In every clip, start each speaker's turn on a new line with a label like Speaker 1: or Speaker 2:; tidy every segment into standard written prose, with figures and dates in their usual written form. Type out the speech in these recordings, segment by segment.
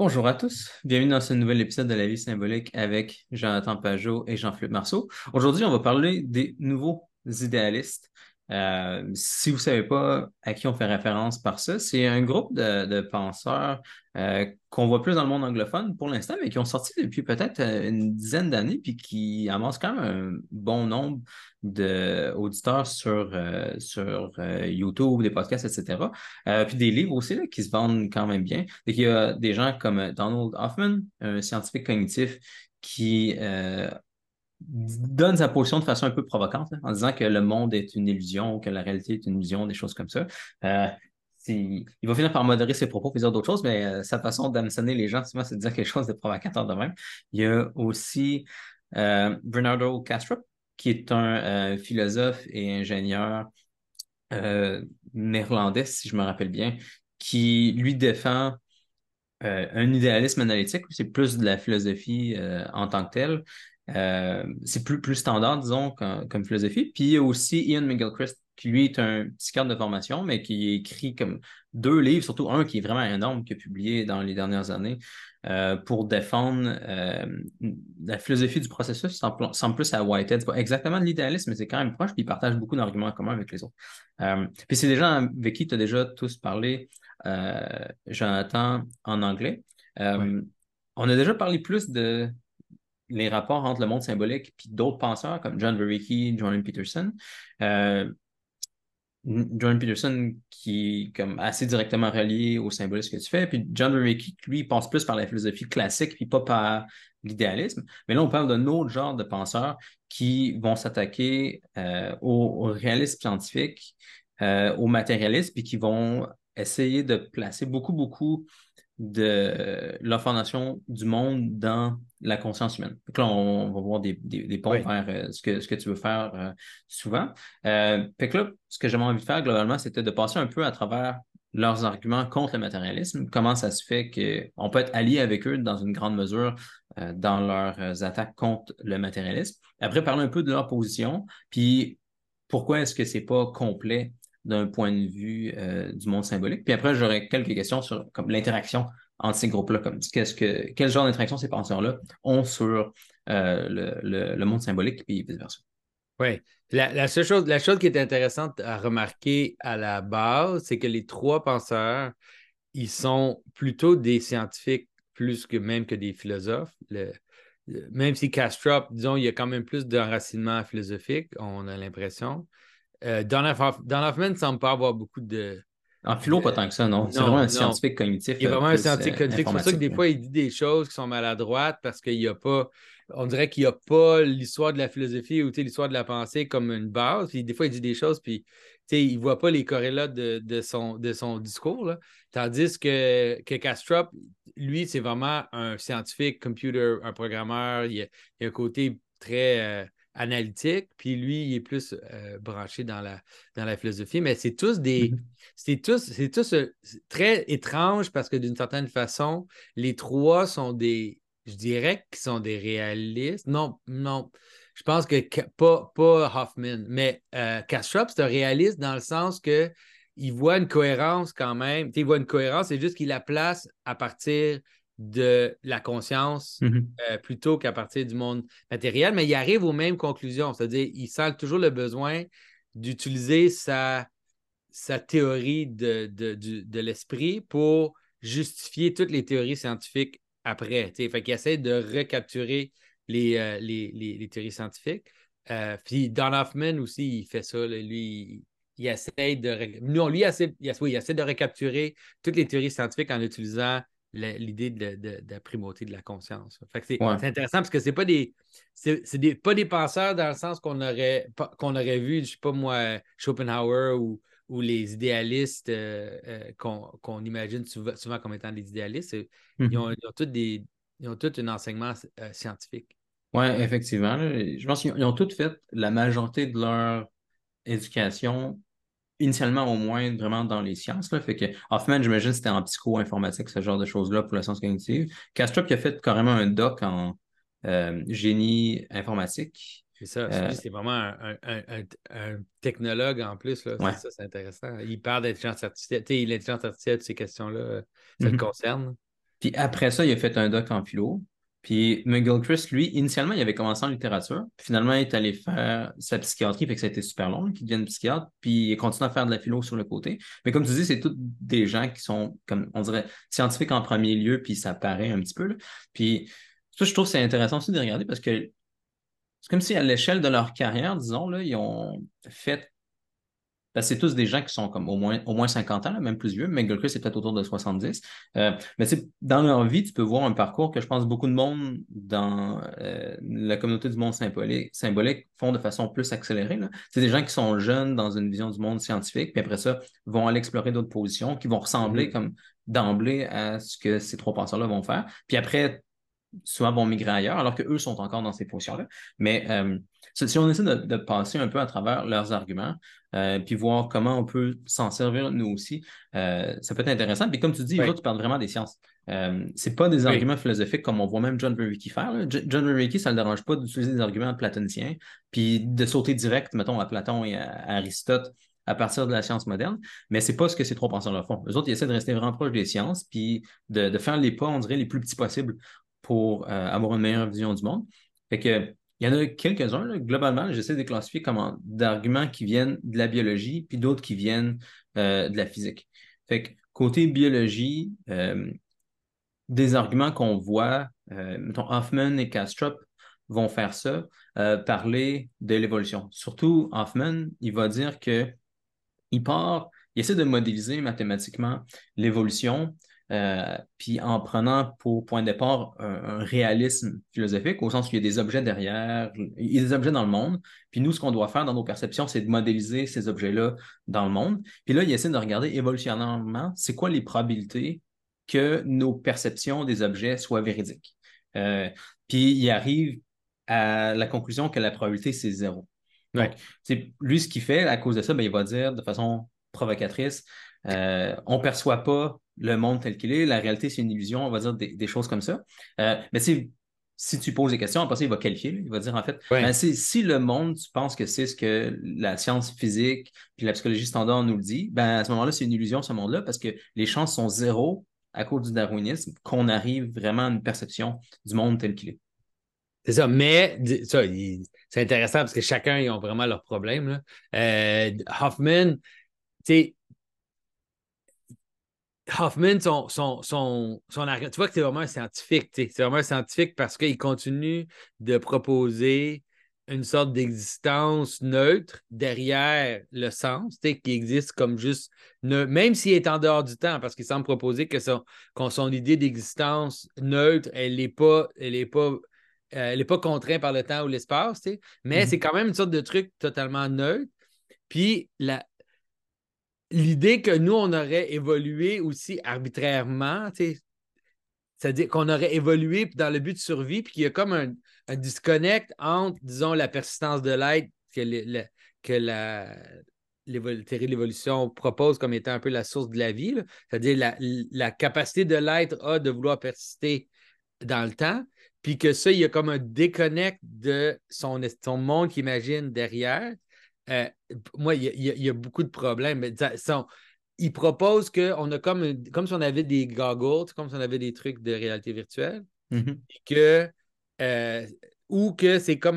Speaker 1: Bonjour à tous, bienvenue dans ce nouvel épisode de la vie symbolique avec Jonathan Pajot et Jean-Philippe Marceau. Aujourd'hui, on va parler des nouveaux idéalistes. Si vous savez pas à qui on fait référence par ça, c'est un groupe de penseurs qu'on voit plus dans le monde anglophone pour l'instant, mais qui ont sorti depuis peut-être une dizaine d'années, puis qui amassent quand même un bon nombre d'auditeurs sur YouTube, des podcasts, etc. Puis des livres aussi là, qui se vendent quand même bien. Et il y a des gens comme Donald Hoffman, un scientifique cognitif qui donne sa position de façon un peu provocante, là, en disant que le monde est une illusion, que la réalité est une illusion, des choses comme ça. Euh, il va finir par modérer ses propos et dire d'autres choses, mais sa façon d'amener les gens, souvent, c'est de dire quelque chose de provocateur de même. Il y a aussi Bernardo Kastrup, qui est un philosophe et ingénieur euh, néerlandais, si je me rappelle bien, qui lui défend un idéalisme analytique, c'est plus de la philosophie en tant que telle. C'est plus standard, disons, comme philosophie. Puis il y a aussi Ian McGilchrist, qui lui est un psychiatre de formation, mais qui écrit comme deux livres, surtout un qui est vraiment énorme, qu'il a publié dans les dernières années, pour défendre la philosophie du processus. Ça ressemble plus à Whitehead. C'est pas exactement de l'idéalisme, mais c'est quand même proche, puis il partage beaucoup d'arguments en commun avec les autres. Puis c'est des gens avec qui tu as déjà tous parlé, Jonathan, en anglais.
Speaker 2: Ouais.
Speaker 1: Euh, on a déjà parlé plus de les rapports entre le monde symbolique et d'autres penseurs comme John Vervaeke, Jordan Peterson. Euh, Jordan Peterson qui est comme assez directement relié au symbolisme que tu fais, puis John Vervaeke, lui, il passe plus par la philosophie classique, puis pas par l'idéalisme. Mais là, on parle d'un autre genre de penseurs qui vont s'attaquer au réalisme scientifique, au matérialisme, puis qui vont essayer de placer beaucoup de l'information du monde dans la conscience humaine. Donc là, on va voir des ponts
Speaker 2: Oui.
Speaker 1: vers ce que tu veux faire souvent. Fait que là, ce que j'avais envie de faire globalement, c'était de passer un peu à travers leurs arguments contre le matérialisme, comment ça se fait qu'on peut être allié avec eux dans une grande mesure dans leurs attaques contre le matérialisme. Après, parler un peu de leur position, puis pourquoi est-ce que c'est pas complet d'un point de vue du monde symbolique. Puis après, j'aurais quelques questions sur comme l'interaction entre ces groupes-là, comme quel genre d'interaction ces penseurs-là ont sur le monde symbolique, puis vice-versa.
Speaker 2: Ouais. La chose qui est intéressante à remarquer à la base, c'est que les trois penseurs, ils sont plutôt des scientifiques plus que même que des philosophes. Même si Kastrup, disons, il y a quand même plus d'enracinement philosophique, on a l'impression. Don Hoffman ne semble pas avoir beaucoup
Speaker 1: En philo, pas
Speaker 2: de...
Speaker 1: tant que ça, non. C'est vraiment
Speaker 2: Non,
Speaker 1: un
Speaker 2: non.
Speaker 1: scientifique cognitif
Speaker 2: Il est vraiment un
Speaker 1: plus
Speaker 2: scientifique cognitif. C'est pour ça que
Speaker 1: informatique,
Speaker 2: des
Speaker 1: là.
Speaker 2: fois, il dit des choses qui sont maladroites parce qu'il n'y a pas, on dirait qu'il n'y a pas l'histoire de la philosophie ou l'histoire de la pensée comme une base. Puis des fois, il dit des choses, puis il ne voit pas les corrélats de son discours, là. Tandis que Kastrup, lui, c'est vraiment un scientifique, computer, un programmeur. Il y a un côté très analytique, puis lui, il est plus branché dans la philosophie. Mais
Speaker 1: Mhm.
Speaker 2: c'est tous très étrange parce que d'une certaine façon, les trois sont je dirais qu'ils sont des réalistes. Non, non, je pense que pas Hoffman, mais Kastrup, c'est un réaliste dans le sens que il voit une cohérence quand même. Il voit une cohérence, c'est juste qu'il la place à partir de la conscience
Speaker 1: Mhm.
Speaker 2: plutôt qu'à partir du monde matériel, mais il arrive aux mêmes conclusions. C'est-à-dire, il sent toujours le besoin d'utiliser sa théorie de l'esprit pour justifier toutes les théories scientifiques après. Fait qu'il essaie de recapturer les théories scientifiques. Puis Don Hoffman aussi, il fait ça. Là. Lui, il essaie de. Non, lui, oui, il essaie de recapturer toutes les théories scientifiques en utilisant l'idée de la primauté de la conscience. Fait que c'est
Speaker 1: Ouais.
Speaker 2: c'est intéressant parce que pas des penseurs dans le sens qu'on aurait vu, je sais pas moi, Schopenhauer ou les idéalistes qu'on imagine souvent comme étant des idéalistes,
Speaker 1: Mhm.
Speaker 2: ils ont tous un enseignement scientifique.
Speaker 1: Ouais, effectivement, là. Je pense qu'ils ont toutes fait la majorité de leur éducation initialement au moins vraiment dans les sciences, là. Fait que Hoffman, j'imagine, c'était en psycho-informatique, ce genre de choses-là pour la science cognitive. Kastrup qui a fait carrément un doc en génie informatique.
Speaker 2: C'est ça.
Speaker 1: Euh,
Speaker 2: Lui, c'est vraiment un technologue en plus. Là. C'est
Speaker 1: ouais.
Speaker 2: ça, c'est intéressant. Il parle d'intelligence artificielle. Tu sais, l'intelligence artificielle, ces questions-là, ça le
Speaker 1: Mhm.
Speaker 2: concerne.
Speaker 1: Puis après ça, il a fait un doc en philo. Puis McGilchrist, lui, initialement, il avait commencé en littérature. Puis finalement, il est allé faire sa psychiatrie, fait que ça a été super long qu'il devienne psychiatre. Puis il continue à faire de la philo sur le côté. Mais comme tu dis, c'est tous des gens qui sont, comme on dirait, scientifiques en premier lieu, puis ça paraît un petit peu, là. Puis ça, je trouve que c'est intéressant aussi de regarder parce que c'est comme si à l'échelle de leur carrière, disons, là, ils ont fait c'est tous des gens qui sont comme au moins 50 ans, là, même plus vieux. McGilchrist, c'est peut-être autour de 70. Mais tu sais, dans leur vie, tu peux voir un parcours que je pense beaucoup de monde dans la communauté du monde symbolique font de façon plus accélérée, là. C'est des gens qui sont jeunes dans une vision du monde scientifique, puis après ça, vont aller explorer d'autres positions qui vont ressembler
Speaker 2: Mhm.
Speaker 1: comme d'emblée à ce que ces trois penseurs-là vont faire. Puis après, souvent vont migrer ailleurs, alors qu'eux sont encore dans ces positions-là. Mais si on essaie de passer un peu à travers leurs arguments, puis voir comment on peut s'en servir nous aussi, ça peut être intéressant. Puis comme tu dis, Yves,
Speaker 2: Ouais.
Speaker 1: tu parles vraiment des sciences. C'est pas des
Speaker 2: Oui.
Speaker 1: arguments philosophiques comme on voit même John Vervaeke faire, là. John Vervaeke, ça ne le dérange pas d'utiliser des arguments platoniciens, puis de sauter direct, mettons, à Platon et à Aristote à partir de la science moderne, mais c'est pas ce que ces trois penseurs-là font. Eux autres, ils essaient de rester vraiment proches des sciences, puis de faire les pas, on dirait, les plus petits possibles pour avoir une meilleure vision du monde. Fait que, il y en a quelques-uns, là. Globalement, j'essaie de les classifier comme d'arguments qui viennent de la biologie, puis d'autres qui viennent de la physique. Fait que, côté biologie, des arguments qu'on voit, mettons, Hoffman et Kastrup vont faire ça, parler de l'évolution. Surtout, Hoffman, il va dire que il essaie de modéliser mathématiquement l'évolution, puis en prenant pour point de départ un réalisme philosophique, au sens où il y a des objets derrière, il y a des objets dans le monde, puis nous, ce qu'on doit faire dans nos perceptions, c'est de modéliser ces objets-là dans le monde. Puis là, il essaie de regarder évolutionnairement, c'est quoi les probabilités que nos perceptions des objets soient véridiques. Euh, Puis il arrive à la conclusion que la probabilité, c'est zéro. Donc,
Speaker 2: Ouais.
Speaker 1: lui, ce qu'il fait, à cause de ça, ben, il va dire de façon provocatrice, on ne perçoit pas le monde tel qu'il est, la réalité, c'est une illusion, on va dire des choses comme ça. Mais si tu poses des questions, après ça, il va qualifier, là. Il va dire en fait, ben,
Speaker 2: Ouais.
Speaker 1: si le monde, tu penses que c'est ce que la science physique puis la psychologie standard nous le dit, ben, à ce moment-là, c'est une illusion, ce monde-là, parce que les chances sont zéro à cause du darwinisme qu'on arrive vraiment à une perception du monde tel qu'il est.
Speaker 2: C'est ça, mais ça, c'est intéressant parce que chacun, ils ont vraiment leurs problèmes, là. Hoffman, tu sais, Hoffman, tu vois que c'est vraiment un scientifique, tu sais. C'est vraiment un scientifique parce qu'il continue de proposer une sorte d'existence neutre derrière le sens, tu sais, qui existe comme juste, même s'il est en dehors du temps, parce qu'il semble proposer que son idée d'existence neutre, elle est pas contrainte par le temps ou l'espace, tu sais, mais c'est
Speaker 1: Mhm.
Speaker 2: quand même une sorte de truc totalement neutre. Puis l'idée que nous, on aurait évolué aussi arbitrairement, tu sais, c'est-à-dire qu'on aurait évolué dans le but de survie, puis qu'il y a comme un disconnect entre, disons, la persistance de l'être que la théorie de l'évolution propose comme étant un peu la source de la vie, là. C'est-à-dire la capacité de l'être a de vouloir persister dans le temps, puis que ça, il y a comme un déconnect de son monde qu'il imagine derrière. Euh, Moi, il y a beaucoup de problèmes. Mais il propose qu'on a comme si on avait des goggles, comme si on avait des trucs de réalité virtuelle,
Speaker 1: Mhm.
Speaker 2: et euh, ou que c'est comme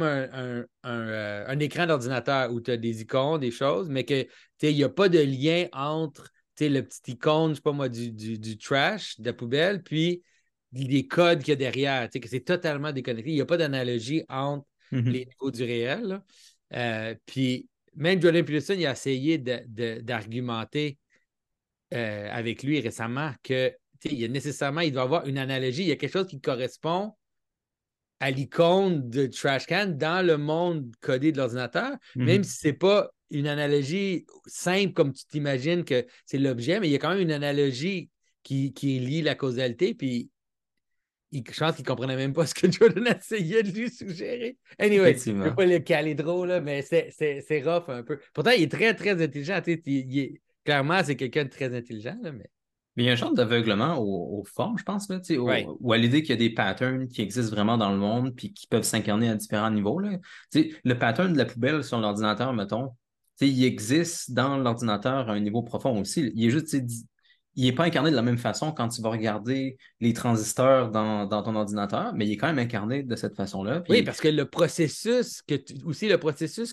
Speaker 2: un écran d'ordinateur où tu as des icônes, des choses, mais que il n'y a pas de lien entre le petit icône, je sais pas moi, du trash, de la poubelle, puis les codes qu'il y a derrière, que c'est totalement déconnecté. Il n'y a pas d'analogie entre les
Speaker 1: Mhm.
Speaker 2: niveaux du réel, là. Puis même Jordan Peterson, il a essayé d'argumenter avec lui récemment que il doit avoir une analogie, il y a quelque chose qui correspond à l'icône de Trashcan dans le monde codé de l'ordinateur, même
Speaker 1: Mhm.
Speaker 2: si c'est pas une analogie simple comme tu t'imagines que c'est l'objet, mais il y a quand même une analogie qui lie la causalité, puis je pense qu'il ne comprenait même pas ce que Jordan essayait de lui suggérer. Anyway, je ne veux
Speaker 1: Effectivement.
Speaker 2: pas le caler trop, là, mais c'est rough un peu. Pourtant, il est très, très intelligent. Clairement, c'est quelqu'un de très intelligent, là, mais.
Speaker 1: Mais il y a un genre d'aveuglement aux formes, je pense, là, tu sais,
Speaker 2: Right.
Speaker 1: ou à l'idée qu'il y a des patterns qui existent vraiment dans le monde puis qui peuvent s'incarner à différents niveaux, là. Tu sais, le pattern de la poubelle sur l'ordinateur, mettons, tu sais, il existe dans l'ordinateur à un niveau profond aussi. Il est juste, tu sais, il n'est pas incarné de la même façon quand tu vas regarder les transistors dans ton ordinateur, mais il est quand même incarné de cette façon-là.
Speaker 2: Oui,
Speaker 1: Puis,
Speaker 2: parce que le processus aussi le processus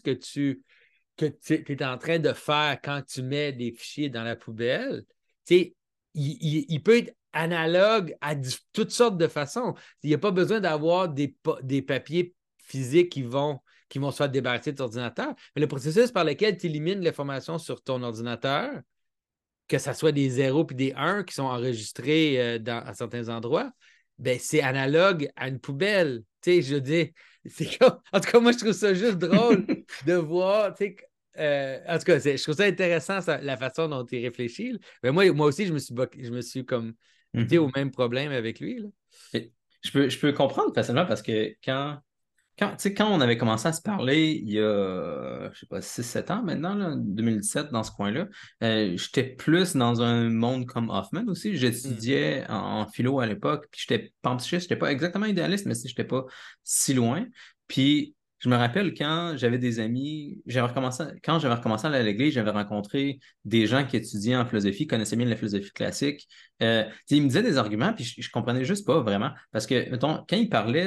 Speaker 2: que tu es en train de faire quand tu mets des fichiers dans la poubelle, tu sais, il peut être analogue à toutes sortes de façons. Il n'y a pas besoin d'avoir des papiers physiques qui vont se faire débarrasser de ton ordinateur. Mais le processus par lequel tu élimines l'information sur ton ordinateur, que ce soit des zéros puis des 1 qui sont enregistrés à certains endroits, ben, c'est analogue à une poubelle. Tu sais, je dis, c'est comme... En tout cas, moi, je trouve ça juste drôle de voir, tu sais, en tout cas, je trouve ça intéressant la façon dont il réfléchit. Mais moi aussi, je me suis comme buté au
Speaker 1: Mhm.
Speaker 2: même problème avec lui. Là.
Speaker 1: Et je peux comprendre facilement parce que tu sais, quand on avait commencé à se parler il y a, je sais pas, 6 7 ans maintenant, là, 2017, dans ce coin-là, j'étais plus dans un monde comme Hoffman aussi.
Speaker 2: Hmm.
Speaker 1: J'étudiais en philo à l'époque, puis j'étais panpsychiste, j'étais pas exactement idéaliste, mais si j'étais pas si loin. Puis je me rappelle quand j'avais des amis, quand j'avais recommencé à aller à l'église, j'avais rencontré des gens qui étudiaient en philosophie, connaissaient bien la philosophie classique. Tu sais, ils me disaient des arguments, puis je comprenais juste pas vraiment. Parce que, mettons, quand ils parlaient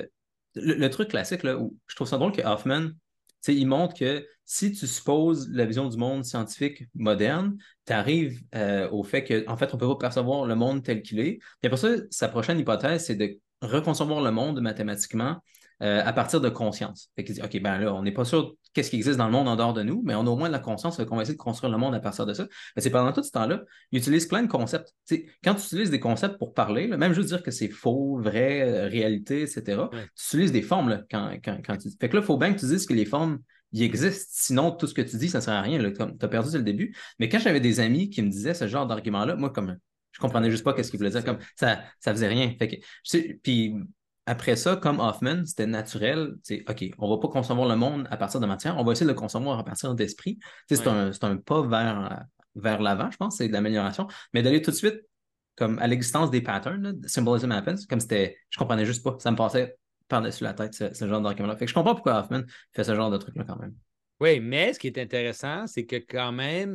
Speaker 1: le truc classique, là, où je trouve ça drôle que Hoffman, tu sais, il montre que si tu supposes la vision du monde scientifique moderne, tu arrives au fait que, en fait, on peut pas percevoir le monde tel qu'il est. Puis après ça, sa prochaine hypothèse, c'est de reconcevoir le monde mathématiquement à partir de conscience. Fait qu'il dit, OK, ben là, on n'est pas sûr qu'est-ce qui existe dans le monde en dehors de nous, mais on a au moins de la conscience, fait qu'on va essayer de construire le monde à partir de ça. Mais c'est pendant tout ce temps-là, il utilise plein de concepts. Tu sais, quand tu utilises des concepts pour parler, là, même juste dire que c'est faux, vrai, réalité, etc.,
Speaker 2: Ouais,
Speaker 1: tu utilises des formes là, quand tu... Fait que là, il faut bien que tu dises que les formes, y existent. Sinon, tout ce que tu dis, ça ne sert à rien. Tu as perdu dès le début. Mais quand j'avais des amis qui me disaient ce genre d'argument-là, moi, comme je
Speaker 2: ça
Speaker 1: comprenais
Speaker 2: marche
Speaker 1: juste pas
Speaker 2: pas,
Speaker 1: qu'est-ce qu'ils voulaient
Speaker 2: c'est
Speaker 1: dire.
Speaker 2: ça.
Speaker 1: Comme ça faisait rien. Fait que, puis après ça, comme Hoffman, c'était naturel. C'est OK, on va pas concevoir le monde à partir de matière, on va essayer de le concevoir à partir d'esprit.
Speaker 2: Ouais.
Speaker 1: C'est un pas vers l'avant, je pense, c'est de l'amélioration. Mais d'aller tout de suite comme à l'existence des patterns, là, symbolism happens, comme c'était, je comprenais juste pas. Ça me passait par-dessus la tête, ce genre d'argument-là. Fait que je comprends pourquoi Hoffman fait ce genre de truc-là quand même.
Speaker 2: Oui, mais ce qui est intéressant, c'est que quand même,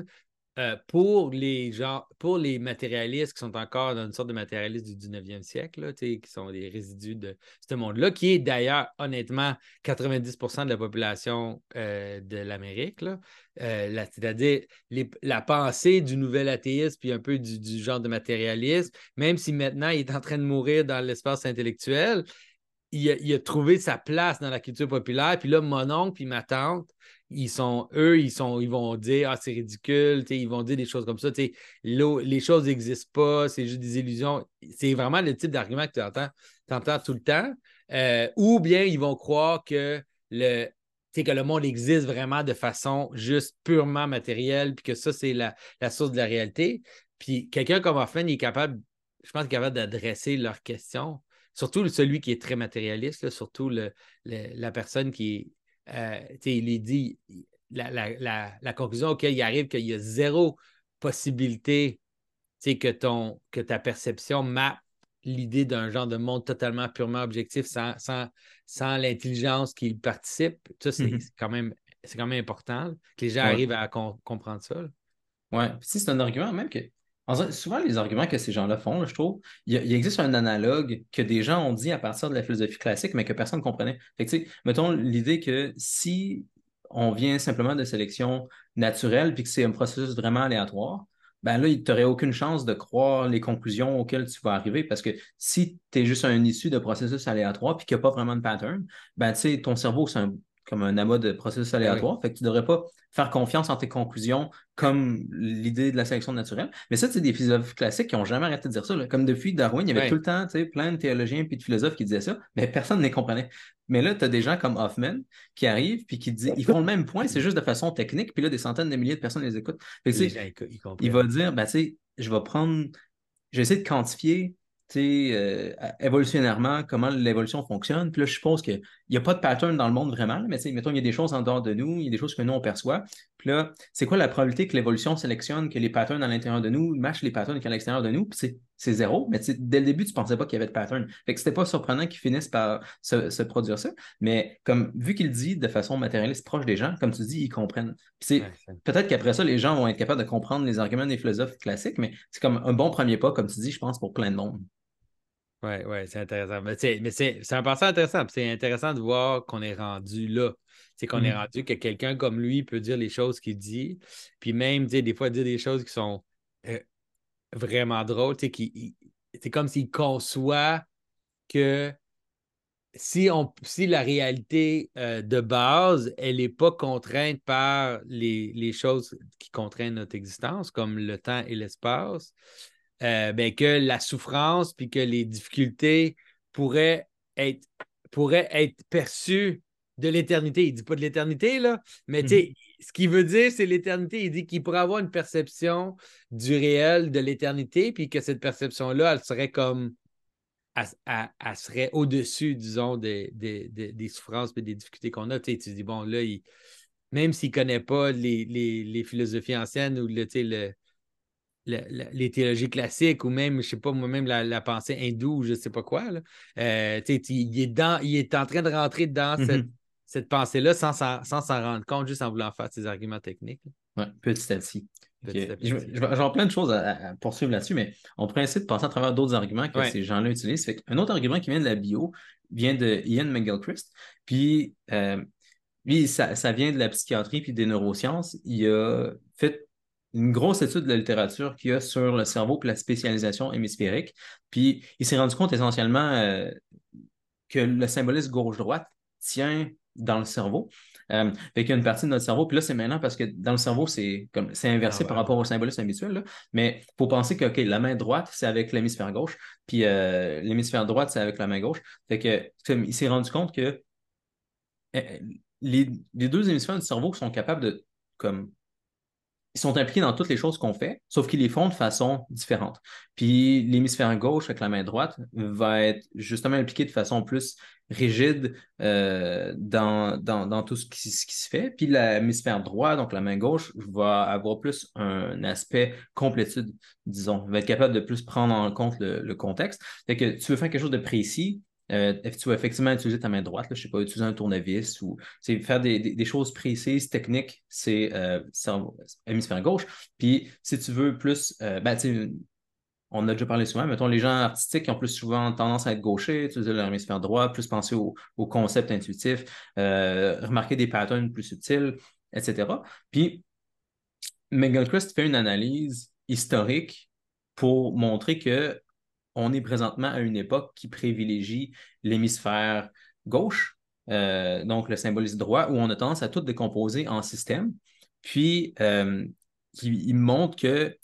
Speaker 2: pour les matérialistes qui sont encore dans une sorte de matérialisme du 19e siècle, là, qui sont des résidus de ce monde-là, qui est d'ailleurs, honnêtement, 90% de la population de l'Amérique, là, c'est-à-dire la pensée du nouvel athéisme, puis un peu du genre de matérialisme, même si maintenant il est en train de mourir dans l'espace intellectuel, il a trouvé sa place dans la culture populaire. Puis là, mon oncle puis ma tante, ils vont dire, ah, c'est ridicule, ils vont dire des choses comme ça, les choses n'existent pas, c'est juste des illusions. C'est vraiment le type d'argument que tu entends tout le temps. Ou bien ils vont croire que le monde existe vraiment de façon juste purement matérielle, puis que ça, c'est la source de la réalité. Puis quelqu'un comme Hoffman, je pense qu'il est capable d'adresser leurs questions. Surtout celui qui est très matérialiste, là, surtout la personne qui est. Il est dit. La conclusion auquel il arrive, qu'il y a zéro possibilité que ta perception mappe l'idée d'un genre de monde totalement purement objectif sans l'intelligence qui y participe. Ça,
Speaker 1: Mhm.
Speaker 2: c'est quand même important là, que les gens
Speaker 1: Ouais.
Speaker 2: arrivent à comprendre ça. Là.
Speaker 1: Ouais. Puis, tu sais, c'est un argument même que. Souvent, les arguments que ces gens-là font, là, je trouve, il existe un analogue que des gens ont dit à partir de la philosophie classique, mais que personne ne comprenait. Fait que, tu sais, mettons l'idée que si on vient simplement de sélection naturelle, puis que c'est un processus vraiment aléatoire, ben là, tu n'aurais aucune chance de croire les conclusions auxquelles tu vas arriver, parce que si tu es juste un issu de processus aléatoire, puis qu'il n'y a pas vraiment de pattern, ben, tu sais, ton cerveau, comme un amas de processus
Speaker 2: Ben oui.
Speaker 1: aléatoires, fait que tu ne devrais pas faire confiance en tes conclusions comme l'idée de la sélection naturelle. Mais ça, c'est des philosophes classiques qui n'ont jamais arrêté de dire ça, là. Comme depuis Darwin, il y avait tout
Speaker 2: Ouais.
Speaker 1: le temps, tu sais, plein de théologiens puis de philosophes qui disaient ça, mais personne ne les comprenait. Mais là, tu as des gens comme Hoffman qui arrivent puis qui disent, ils font le même point, c'est juste de façon technique, puis là, des centaines de milliers de personnes les écoutent. Fait que, tu
Speaker 2: Les
Speaker 1: sais,
Speaker 2: gens, ils
Speaker 1: il va
Speaker 2: comprennent.
Speaker 1: dire, ben, tu sais, je vais essayer de quantifier. évolutionnairement, comment l'évolution fonctionne. Puis là, je suppose qu'il n'y a pas de pattern dans le monde vraiment, là, mais mettons, il y a des choses en dehors de nous, il y a des choses que nous, on perçoit. Puis là, c'est quoi la probabilité que l'évolution sélectionne que les patterns à l'intérieur de nous matchent les patterns qu'il y a à l'extérieur de nous? Puis c'est zéro, mais dès le début, tu ne pensais pas qu'il y avait de pattern. Fait que c'était pas surprenant qu'ils finissent par se produire ça. Mais comme vu qu'il dit de façon matérialiste proche des gens, comme tu dis, ils comprennent. Puis
Speaker 2: Ouais,
Speaker 1: peut-être qu'après ça, les gens vont être capables de comprendre les arguments des philosophes classiques, mais c'est comme un bon premier pas, comme tu dis, je pense, pour plein de monde.
Speaker 2: ouais, ouais, c'est intéressant. Mais c'est un passage intéressant. Puis c'est intéressant de voir qu'on est rendu là. C'est qu'on est
Speaker 1: Mhm.
Speaker 2: rendu que quelqu'un comme lui peut dire les choses qu'il dit. Puis même, tu sais, des fois, dire des choses qui sont euh, vraiment drôles. Tu sais, c'est comme s'il conçoit que si la réalité de base, elle n'est pas contrainte par les choses qui contraignent notre existence, comme le temps et l'espace, ben que la souffrance puis que les difficultés pourraient être, pourraient être perçues de l'éternité. Il ne dit pas de l'éternité, là, mais tu
Speaker 1: Mhm.
Speaker 2: sais, ce qu'il veut dire, c'est l'éternité. Il dit qu'il pourrait avoir une perception du réel de l'éternité, puis que cette perception-là, elle serait comme elle serait au-dessus, disons, des souffrances et des difficultés qu'on a. Tu sais, tu dis, bon, là, même s'il ne connaît pas les philosophies anciennes ou les théologies classiques ou même, je ne sais pas, moi-même, la pensée hindoue ou je ne sais pas quoi, là, tu sais, il est en train de rentrer dans
Speaker 1: Mhm.
Speaker 2: cette pensée-là sans s'en rendre compte, juste en voulant faire ses arguments techniques, là,
Speaker 1: Ouais, petit à petit. Ok.
Speaker 2: petit à
Speaker 1: Je
Speaker 2: petit.
Speaker 1: vais avoir plein de choses à poursuivre là-dessus, mais on pourrait essayer de passer à travers d'autres arguments que
Speaker 2: Ouais.
Speaker 1: ces gens-là utilisent. Un autre argument qui vient de la bio vient de Ian McGilchrist. Puis, lui, ça vient de la psychiatrie puis des neurosciences. Il a fait une grosse étude de la littérature qu'il y a sur le cerveau et la spécialisation hémisphérique. Puis, il s'est rendu compte essentiellement que le symbolisme gauche-droite tient dans le cerveau. Fait qu'il y a une partie de notre cerveau, puis là, c'est maintenant parce que dans le cerveau, c'est
Speaker 2: Ah
Speaker 1: inversé par
Speaker 2: ouais.
Speaker 1: rapport au symbolisme habituel, là. Mais il faut penser que OK, la main droite, c'est avec l'hémisphère gauche, puis l'hémisphère droite, c'est avec la main gauche. Fait que il s'est rendu compte que euh, les deux hémisphères du cerveau sont capables de comme ils sont impliqués dans toutes les choses qu'on fait, sauf qu'ils les font de façon différente. Puis l'hémisphère gauche avec la main droite va être justement impliqué de façon plus rigide dans tout ce qui se fait. Puis l'hémisphère droit, donc la main gauche, va avoir plus un aspect complétude, disons. Va être capable de plus prendre en compte le contexte. Fait que tu veux faire quelque chose de précis, tu vas effectivement utiliser ta main droite, là, je sais pas, utiliser un tournevis ou faire des choses précises, techniques, c'est hémisphère gauche. Puis si tu veux plus, ben, tu sais, on a déjà parlé souvent, mettons les gens artistiques qui ont plus souvent tendance à être gauchers, utiliser leur hémisphère droit, plus penser au concept intuitif, remarquer des patterns plus subtils, etc. Puis McGilchrist fait une analyse historique pour montrer que on est présentement à une époque qui privilégie l'hémisphère gauche, donc le symbolisme droit, où on a tendance à tout décomposer en systèmes. Puis, il montre que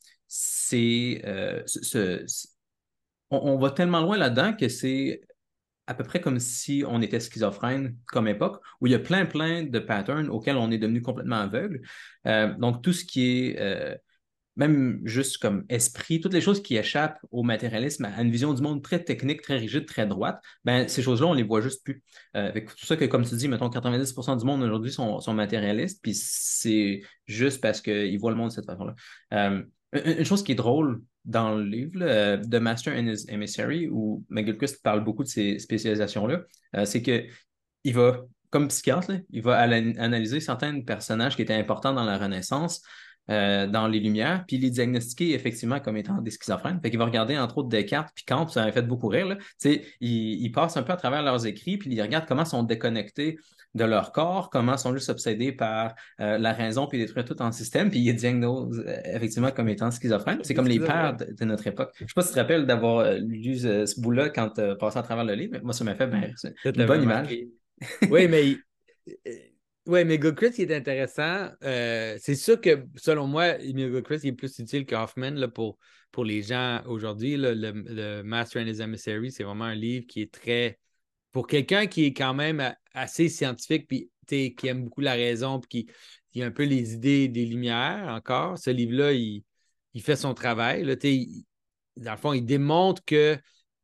Speaker 1: on va tellement loin là-dedans que c'est à peu près comme si on était schizophrène comme époque, où il y a plein de patterns auxquels on est devenu complètement aveugle. Donc, tout ce qui est même juste comme esprit, toutes les choses qui échappent au matérialisme, à une vision du monde très technique, très rigide, très droite, ben, ces choses-là, on les voit juste plus. Fait que c'est pour ça que, comme tu dis, mettons, 90% du monde aujourd'hui sont matérialistes, puis c'est juste parce qu'ils voient le monde de cette façon-là. Une chose qui est drôle dans le livre, là, The Master and His Emissary, où McGilchrist parle beaucoup de ces spécialisations-là, c'est que il va, comme psychiatre, là, il va analyser certains personnages qui étaient importants dans la Renaissance, dans les Lumières, puis les diagnostiquer effectivement comme étant des schizophrènes. Fait qu'il va regarder entre autres Descartes puis Kant, puis ça m'a fait beaucoup rire, là. Tu sais, il passe un peu à travers leurs écrits, puis il regarde comment ils sont déconnectés de leur corps, comment ils sont juste obsédés par la raison, puis détruire tout en système, puis il diagnose effectivement comme étant schizophrène. C'est
Speaker 2: Des
Speaker 1: comme les pères
Speaker 2: schizophrènes.
Speaker 1: de notre époque. Je sais pas si tu te rappelles d'avoir lu ce bout-là quand tu passé à travers le livre, mais moi ça m'a fait ben, c'est
Speaker 2: Ça
Speaker 1: une
Speaker 2: t'avait
Speaker 1: bonne image.
Speaker 2: marqué. Oui, mais euh, ouais, mais Gilchrist, il est intéressant. C'est sûr que, selon moi, Gilchrist il est plus utile qu'Hoffman là, pour les gens aujourd'hui. Le Master and His Emissary, c'est vraiment un livre qui est très. Pour quelqu'un qui est quand même assez scientifique, puis qui aime beaucoup la raison, puis qui a un peu les idées des Lumières encore, ce livre-là, il fait son travail. Là, dans le fond, il démontre que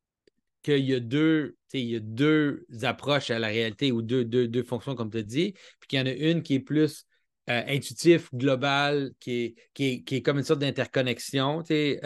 Speaker 2: qu'il y a il y a deux approches à la réalité ou deux fonctions, comme tu as dit, puis qu'il y en a une qui est plus intuitif, global, qui est comme une sorte d'interconnexion,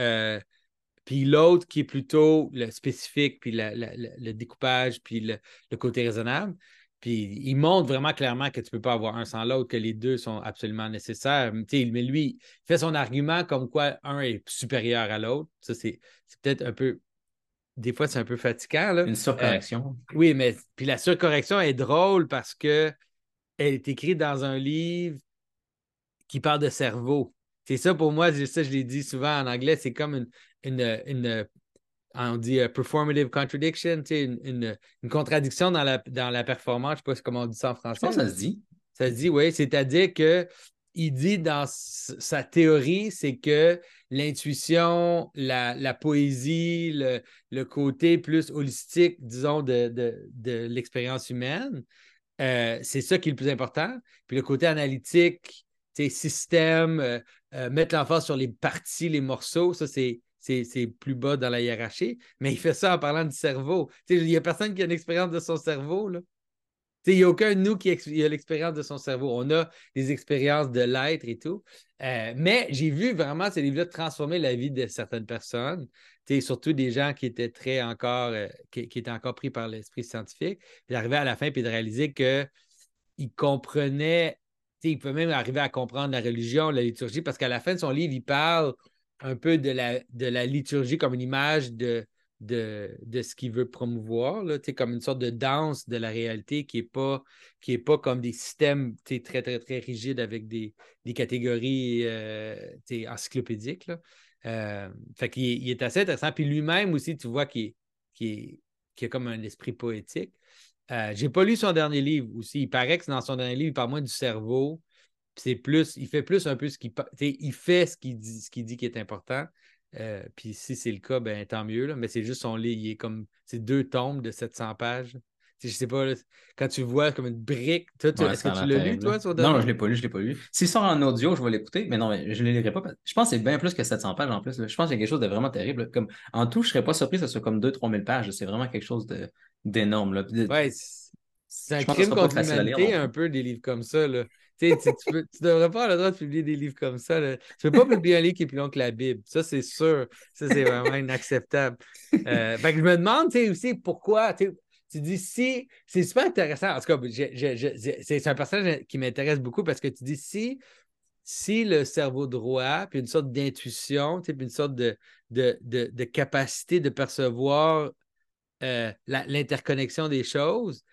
Speaker 2: puis l'autre qui est plutôt le spécifique, puis le découpage, puis le côté raisonnable. Puis il montre vraiment clairement que tu ne peux pas avoir un sans l'autre, que les deux sont absolument nécessaires. Mais lui, il fait son argument comme quoi un est supérieur à l'autre. Ça, c'est peut-être un peu. Des fois, c'est un peu fatigant, là.
Speaker 1: Une surcorrection.
Speaker 2: Oui, mais puis la surcorrection est drôle parce que elle est écrite dans un livre qui parle de cerveau. C'est ça pour moi, ça je l'ai dit souvent en anglais, c'est comme une on dit performative contradiction, une contradiction dans la performance. Je ne sais pas comment on dit ça en
Speaker 1: Je pense
Speaker 2: français.
Speaker 1: que ça se dit.
Speaker 2: Ça se dit, oui, c'est-à-dire que il dit dans sa théorie, c'est que l'intuition, la poésie, le côté plus holistique, disons, de l'expérience humaine, c'est ça qui est le plus important. Puis le côté analytique, système, mettre l'emphase sur les parties, les morceaux, ça, c'est plus bas dans la hiérarchie. Mais il fait ça en parlant du cerveau. Il n'y a personne qui a une expérience de son cerveau, là. Il n'y a aucun de nous qui a l'expérience de son cerveau. On a des expériences de l'être et tout. Mais j'ai vu vraiment ces livres-là transformer la vie de certaines personnes, surtout des gens qui étaient très encore, qui étaient encore pris par l'esprit scientifique, puis d'arriver à la fin puis de réaliser qu'ils comprenaient, il peut même arriver à comprendre la religion, la liturgie, parce qu'à la fin de son livre, il parle un peu de la liturgie comme une image de ce qu'il veut promouvoir, là, comme une sorte de danse de la réalité qui est pas comme des systèmes très, très, très rigides avec des catégories encyclopédiques. Là. Fait qu'il il est assez intéressant. Puis lui-même aussi, tu vois qu'il a comme un esprit poétique. J'ai pas lu son dernier livre aussi. Il paraît que dans son dernier livre, il parle moins du cerveau. C'est plus, il fait plus un peu il fait ce qu'il dit qui est important. Puis si c'est le cas, ben tant mieux. Là. Mais c'est juste son livre, il est comme. C'est 2 tomes de 700 pages. Je sais pas, là, quand tu vois comme une brique.
Speaker 1: Ouais,
Speaker 2: Est-ce que
Speaker 1: ça a
Speaker 2: tu
Speaker 1: l'air
Speaker 2: l'as lu,
Speaker 1: terrible, là.
Speaker 2: toi, son
Speaker 1: Non,
Speaker 2: dernier
Speaker 1: je ne l'ai
Speaker 2: livre?
Speaker 1: pas lu, je l'ai pas lu. S'il sort en audio, je vais l'écouter, mais non, mais je ne le lirai pas. Je pense que c'est bien plus que 700 pages en plus, là. Je pense qu'il y a quelque chose de vraiment terrible, là. Comme, en tout, je ne serais pas surpris que ce soit comme 2 000 3 000 pages. C'est vraiment quelque chose d'énorme, là.
Speaker 2: Ouais, c'est un
Speaker 1: Je pense que ce
Speaker 2: crime
Speaker 1: sera pas
Speaker 2: contre
Speaker 1: facile à lire non
Speaker 2: l'humanité, un
Speaker 1: plus.
Speaker 2: peu, des livres comme ça. Là. Tu devrais pas avoir le droit de publier des livres comme ça. Là. Tu peux pas publier un livre qui est plus long que la Bible. Ça, c'est sûr. Ça, c'est vraiment inacceptable. Fait que je me demande aussi pourquoi. Tu dis si. C'est super intéressant. En tout cas, c'est un personnage qui m'intéresse beaucoup parce que tu dis si le cerveau droit, puis une sorte d'intuition, puis une sorte de capacité de percevoir l'interconnexion des choses,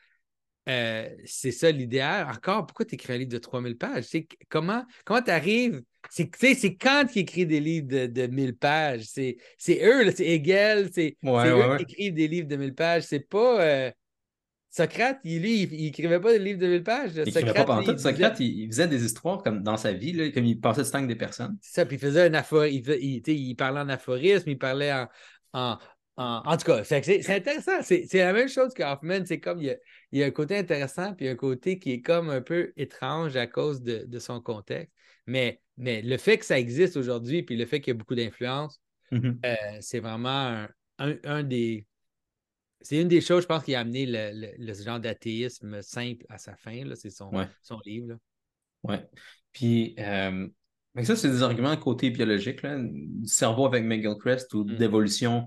Speaker 2: c'est ça l'idéal. Encore, pourquoi tu écris un livre de 3 000 pages? Comment tu arrives? C'est Kant qui écrit des livres de 1 000 pages. C'est eux, là, c'est Hegel, c'est
Speaker 1: Ouais,
Speaker 2: eux
Speaker 1: ouais,
Speaker 2: qui
Speaker 1: ouais.
Speaker 2: écrivent des livres de 1 000 pages. C'est pas Socrate, lui, il écrivait pas de livres de 1 000 pages. Là.
Speaker 1: Il écrivait pas
Speaker 2: Socrate, lui,
Speaker 1: pantoute.
Speaker 2: il disait.
Speaker 1: Socrate, il faisait des histoires comme dans sa vie, là, comme il passait du temps avec des personnes.
Speaker 2: C'est ça, puis il faisait un aphorisme, il parlait en aphorisme, il parlait en, en tout cas, c'est intéressant. C'est la même chose qu'Hoffman. C'est comme il y a un côté intéressant, puis un côté qui est comme un peu étrange à cause de son contexte. Mais le fait que ça existe aujourd'hui, puis le fait qu'il y a beaucoup d'influence,
Speaker 1: Mhm.
Speaker 2: c'est vraiment un des. C'est une des choses, je pense, qui a amené le genre d'athéisme simple à sa fin. Là, c'est
Speaker 1: Ouais.
Speaker 2: son livre. Là.
Speaker 1: Ouais. Puis, fait que ça, c'est des arguments côté biologique, là, du cerveau avec McGilchrist ou
Speaker 2: Mm.
Speaker 1: d'évolution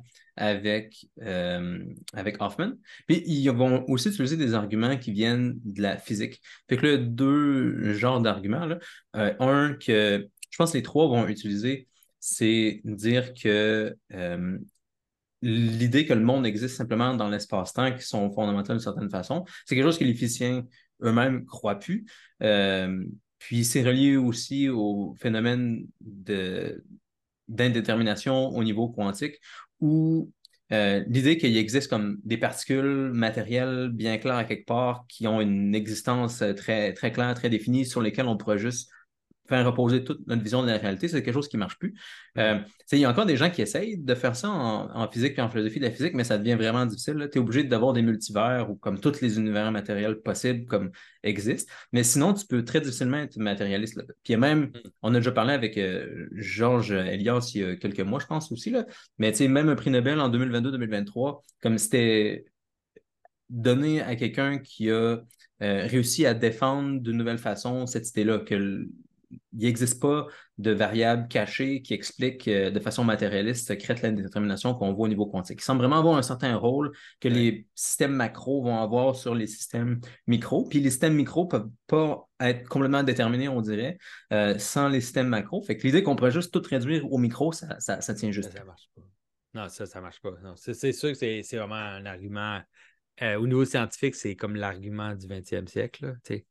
Speaker 1: avec Hoffman. Puis, ils vont aussi utiliser des arguments qui viennent de la physique. Fait que là, 2 genres d'arguments, là. Un que je pense que les 3 vont utiliser, c'est dire que l'idée que le monde existe simplement dans l'espace-temps qui sont fondamentales d'une certaine façon. C'est quelque chose que les physiciens eux-mêmes croient plus. Euh, Puis c'est relié aussi au phénomène d'indétermination au niveau quantique où l'idée qu'il existe comme des particules matérielles bien claires à quelque part qui ont une existence très, très claire, très définie sur lesquelles on pourrait juste faire reposer toute notre vision de la réalité, c'est quelque chose qui ne marche plus.
Speaker 2: Hmm.
Speaker 1: Il y a encore des gens qui essayent de faire ça en physique et en philosophie de la physique, mais ça devient vraiment difficile. Tu es obligé d'avoir des multivers ou comme tous les univers matériels possibles comme existent. Mais sinon, tu peux très difficilement être matérialiste, là. Puis il y a même,
Speaker 2: Hmm.
Speaker 1: on a déjà parlé avec Georges Elias il y a quelques mois, je pense aussi, là. Mais même un prix Nobel en 2022-2023, comme c'était donné à quelqu'un qui a réussi à défendre d'une nouvelle façon cette idée-là, qu'il n'existe pas de variables cachées qui expliquent de façon matérialiste, secrète, la détermination qu'on voit au niveau quantique. Il semble vraiment avoir un certain rôle que
Speaker 2: Ouais.
Speaker 1: les systèmes macro vont avoir sur les systèmes micro. Puis les systèmes micro ne peuvent pas être complètement déterminés, on dirait, sans les systèmes macro. Fait que l'idée qu'on pourrait juste tout réduire au micro, ça tient juste
Speaker 2: Ça
Speaker 1: plus.
Speaker 2: marche pas. Non, ça marche pas. Non, c'est sûr que c'est vraiment un argument. Au niveau scientifique, c'est comme l'argument du 20e siècle, là, tu sais.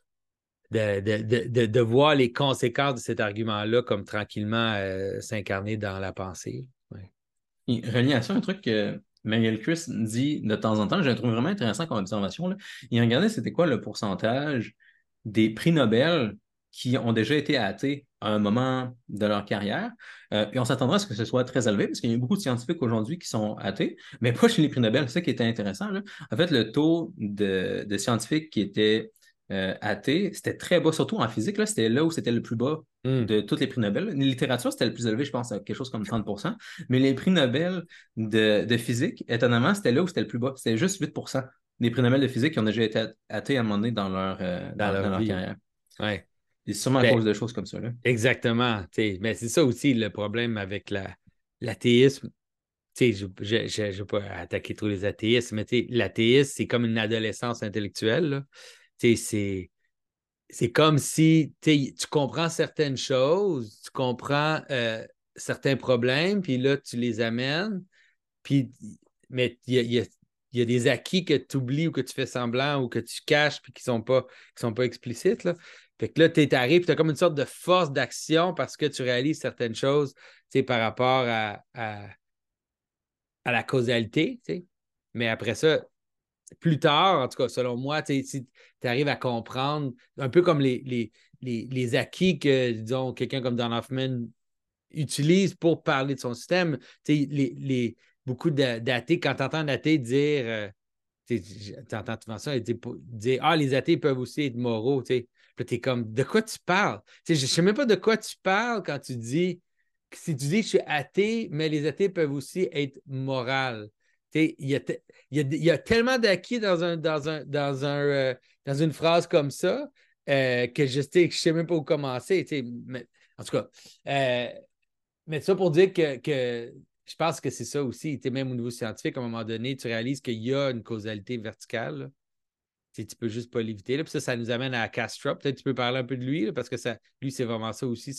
Speaker 2: De voir les conséquences de cet argument-là comme tranquillement s'incarner dans la pensée. Ouais.
Speaker 1: Et relié à ça, un truc que Marielle Chris dit de temps en temps, je le trouve vraiment intéressant comme observation, là. Il regardait c'était quoi le pourcentage des prix Nobel qui ont déjà été athées à un moment de leur carrière. Puis on s'attendrait à ce que ce soit très élevé, parce qu'il y a beaucoup de scientifiques aujourd'hui qui sont athées, mais pas chez les prix Nobel. C'est ça qui était intéressant, là. En fait, le taux de scientifiques qui étaient athées, c'était très bas, surtout en physique, là, c'était là où c'était le plus bas
Speaker 2: Hmm.
Speaker 1: de tous les prix Nobel. En littérature, c'était le plus élevé, je pense, à quelque chose comme 30%. Mais les prix Nobel de physique, étonnamment, c'était là où c'était le plus bas. C'était juste 8% des prix Nobel de physique qui ont déjà été athées à un moment donné dans
Speaker 2: Dans
Speaker 1: dans
Speaker 2: leur
Speaker 1: leur
Speaker 2: vie.
Speaker 1: carrière.
Speaker 2: Ouais.
Speaker 1: C'est sûrement à
Speaker 2: Ben,
Speaker 1: cause de choses comme ça, là.
Speaker 2: exactement. Tu sais. Mais c'est ça aussi le problème avec l'athéisme. Tu sais, je ne vais pas attaquer trop les athéistes, mais tu sais, l'athéisme, c'est comme une adolescence intellectuelle, là. Tu sais, c'est comme si tu sais, tu comprends certaines choses, tu comprends certains problèmes, puis là, tu les amènes, puis, mais il y a des acquis que tu oublies ou que tu fais semblant ou que tu caches puis qui sont pas explicites, là. Fait que là, tu arrives, tu as comme une sorte de force d'action parce que tu réalises certaines choses, tu sais, par rapport à la causalité, tu sais. Mais après ça, plus tard, en tout cas, selon moi, si tu arrives à comprendre, un peu comme les acquis que, disons, quelqu'un comme Don Hoffman utilise pour parler de son système, beaucoup d'athées, quand tu entends un athée dire, tu entends souvent ça, dire, ah, les athées peuvent aussi être moraux, tu sais. Puis tu es comme, de quoi tu parles? Je ne sais même pas de quoi tu parles quand tu dis, si tu dis que je suis athée, mais les athées peuvent aussi être morales. Il y a, il y a tellement d'acquis dans une phrase comme ça que je ne sais même pas où commencer. Mais, en tout cas, mais ça pour dire que je pense que c'est ça aussi. Même au niveau scientifique, à un moment donné, tu réalises qu'il y a une causalité verticale. Là. Tu peux juste pas l'éviter. Là. Puis ça nous amène à Castro. Peut-être que tu peux parler un peu de lui, là, parce que lui, c'est vraiment ça aussi,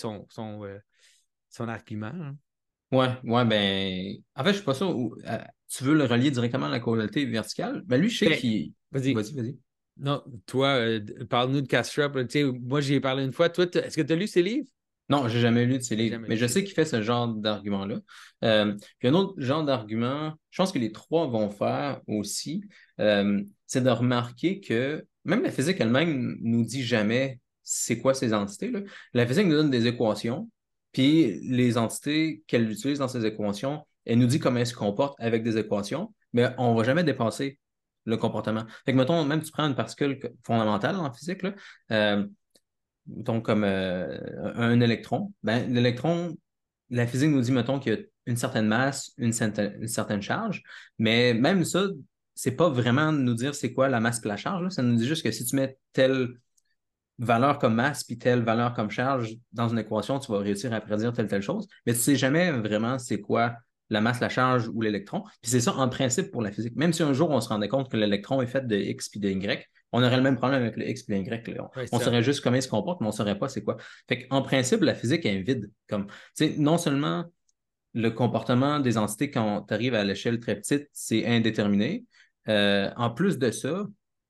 Speaker 2: son argument. Hein.
Speaker 1: Ouais, ben, en fait, je suis pas sûr tu veux le relier directement à la causalité verticale. Ben, lui, je sais
Speaker 2: Ben,
Speaker 1: qu'il.
Speaker 2: vas-y.
Speaker 1: Vas-y, vas-y.
Speaker 2: Non, toi, parle-nous de Castro. Moi, j'y ai parlé une fois. Toi, est-ce que tu as lu ses livres?
Speaker 1: Non, j'ai jamais lu de ses
Speaker 2: J'ai
Speaker 1: livres,
Speaker 2: jamais
Speaker 1: mais
Speaker 2: lu
Speaker 1: je
Speaker 2: ses
Speaker 1: sais qu'il
Speaker 2: livres.
Speaker 1: fait ce genre d'argument-là. Puis un autre genre d'argument, je pense que les trois vont faire aussi, c'est de remarquer que même la physique elle-même nous dit jamais c'est quoi ces entités, là. La physique nous donne des équations, puis les entités qu'elle utilise dans ces équations, elle nous dit comment elles se comportent avec des équations, mais on va jamais dépasser le comportement. Fait que, mettons, même tu prends une particule fondamentale en physique, là, mettons comme un électron, ben, l'électron, la physique nous dit, mettons, qu'il y a une certaine masse, une certaine charge, mais même ça, c'est pas vraiment nous dire c'est quoi la masse et la charge, là. Ça nous dit juste que si tu mets telle valeur comme masse puis telle valeur comme charge dans une équation, tu vas réussir à prédire telle chose, mais tu sais jamais vraiment c'est quoi la masse, la charge ou l'électron. Puis c'est ça en principe pour la physique. Même si un jour on se rendait compte que l'électron est fait de X puis de Y, on aurait le même problème avec le X puis le Y, là.
Speaker 2: Oui,
Speaker 1: On
Speaker 2: ça.
Speaker 1: saurait juste comment il se comporte, mais on ne saurait pas c'est quoi. Fait qu'en principe, la physique est vide. Comme, tu sais, non seulement le comportement des entités quand tu arrives à l'échelle très petite, c'est indéterminé. En plus de ça,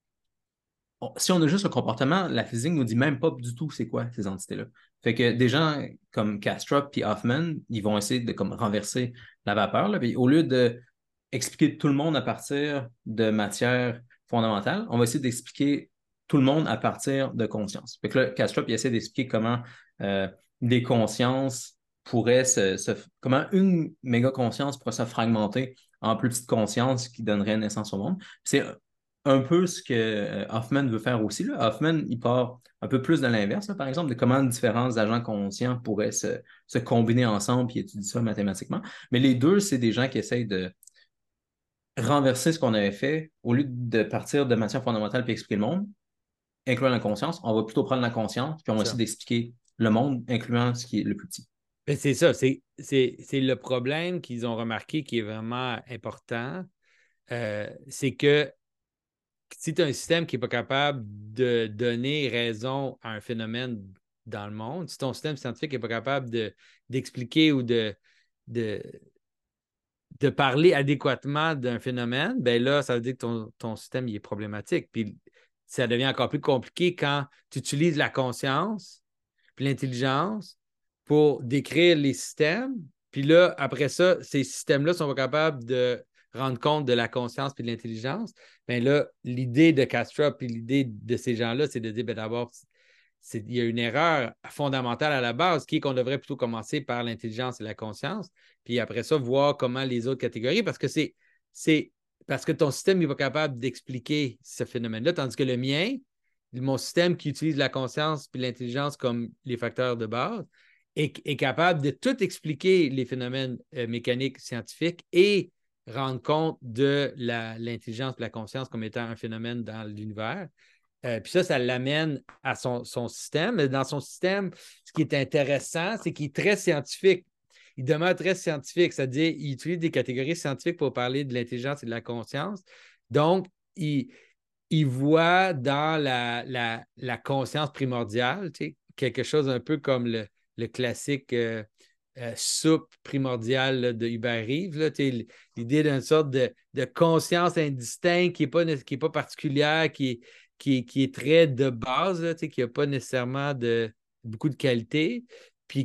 Speaker 1: si on a juste le comportement, la physique nous dit même pas du tout c'est quoi ces entités-là. Fait que des gens comme Kastrup et Hoffman, ils vont essayer de comme renverser la vapeur, là. Puis au lieu de expliquer tout le monde à partir de matière fondamentale, on va essayer d'expliquer tout le monde à partir de conscience. Fait que là, Kastrup, il essaie d'expliquer comment euh, des consciences pourraient comment une méga conscience pourrait se fragmenter en plus petites consciences qui donneraient naissance au monde. C'est un peu ce que Hoffman veut faire aussi, là. Hoffman, il part un peu plus de l'inverse, là, par exemple, de comment différents agents conscients pourraient se combiner ensemble puis étudier ça mathématiquement. Mais les deux, c'est des gens qui essayent de renverser ce qu'on avait fait. Au lieu de partir de matière fondamentale puis expliquer le monde, incluant la conscience, on va plutôt prendre la conscience puis on va essayer
Speaker 2: Ça.
Speaker 1: d'expliquer le monde, incluant ce qui est le plus petit.
Speaker 2: Ben, c'est ça, c'est le problème qu'ils ont remarqué qui est vraiment important. C'est que si tu as un système qui n'est pas capable de donner raison à un phénomène dans le monde, si ton système scientifique n'est pas capable d'expliquer ou de, de parler adéquatement d'un phénomène, ben là, ça veut dire que ton système il est problématique. Puis ça devient encore plus compliqué quand tu utilises la conscience puis l'intelligence pour décrire les systèmes. Puis là, après ça, ces systèmes-là sont pas capables de rendre compte de la conscience puis de l'intelligence. Bien là, l'idée de Castro puis l'idée de ces gens-là, c'est de dire, ben d'abord, il y a une erreur fondamentale à la base, qui est qu'on devrait plutôt commencer par l'intelligence et la conscience, puis après ça, voir comment les autres catégories, parce que c'est parce que ton système n'est pas capable d'expliquer ce phénomène-là, tandis que le mien, mon système qui utilise la conscience et l'intelligence comme les facteurs de base, est capable de tout expliquer les phénomènes mécaniques scientifiques et rendre compte de l'intelligence et la conscience comme étant un phénomène dans l'univers. Puis ça l'amène à son système. Dans son système, ce qui est intéressant, c'est qu'il est très scientifique. Il demeure très scientifique, c'est-à-dire qu'il utilise des catégories scientifiques pour parler de l'intelligence et de la conscience. Donc, il voit dans la conscience primordiale, tu sais, quelque chose un peu comme le classique soupe primordiale là, de Hubert Reeves. Là, tu sais, l'idée d'une sorte de conscience indistincte qui n'est pas particulière, qui est très de base, là, tu sais, qui n'a pas nécessairement beaucoup de qualité, puis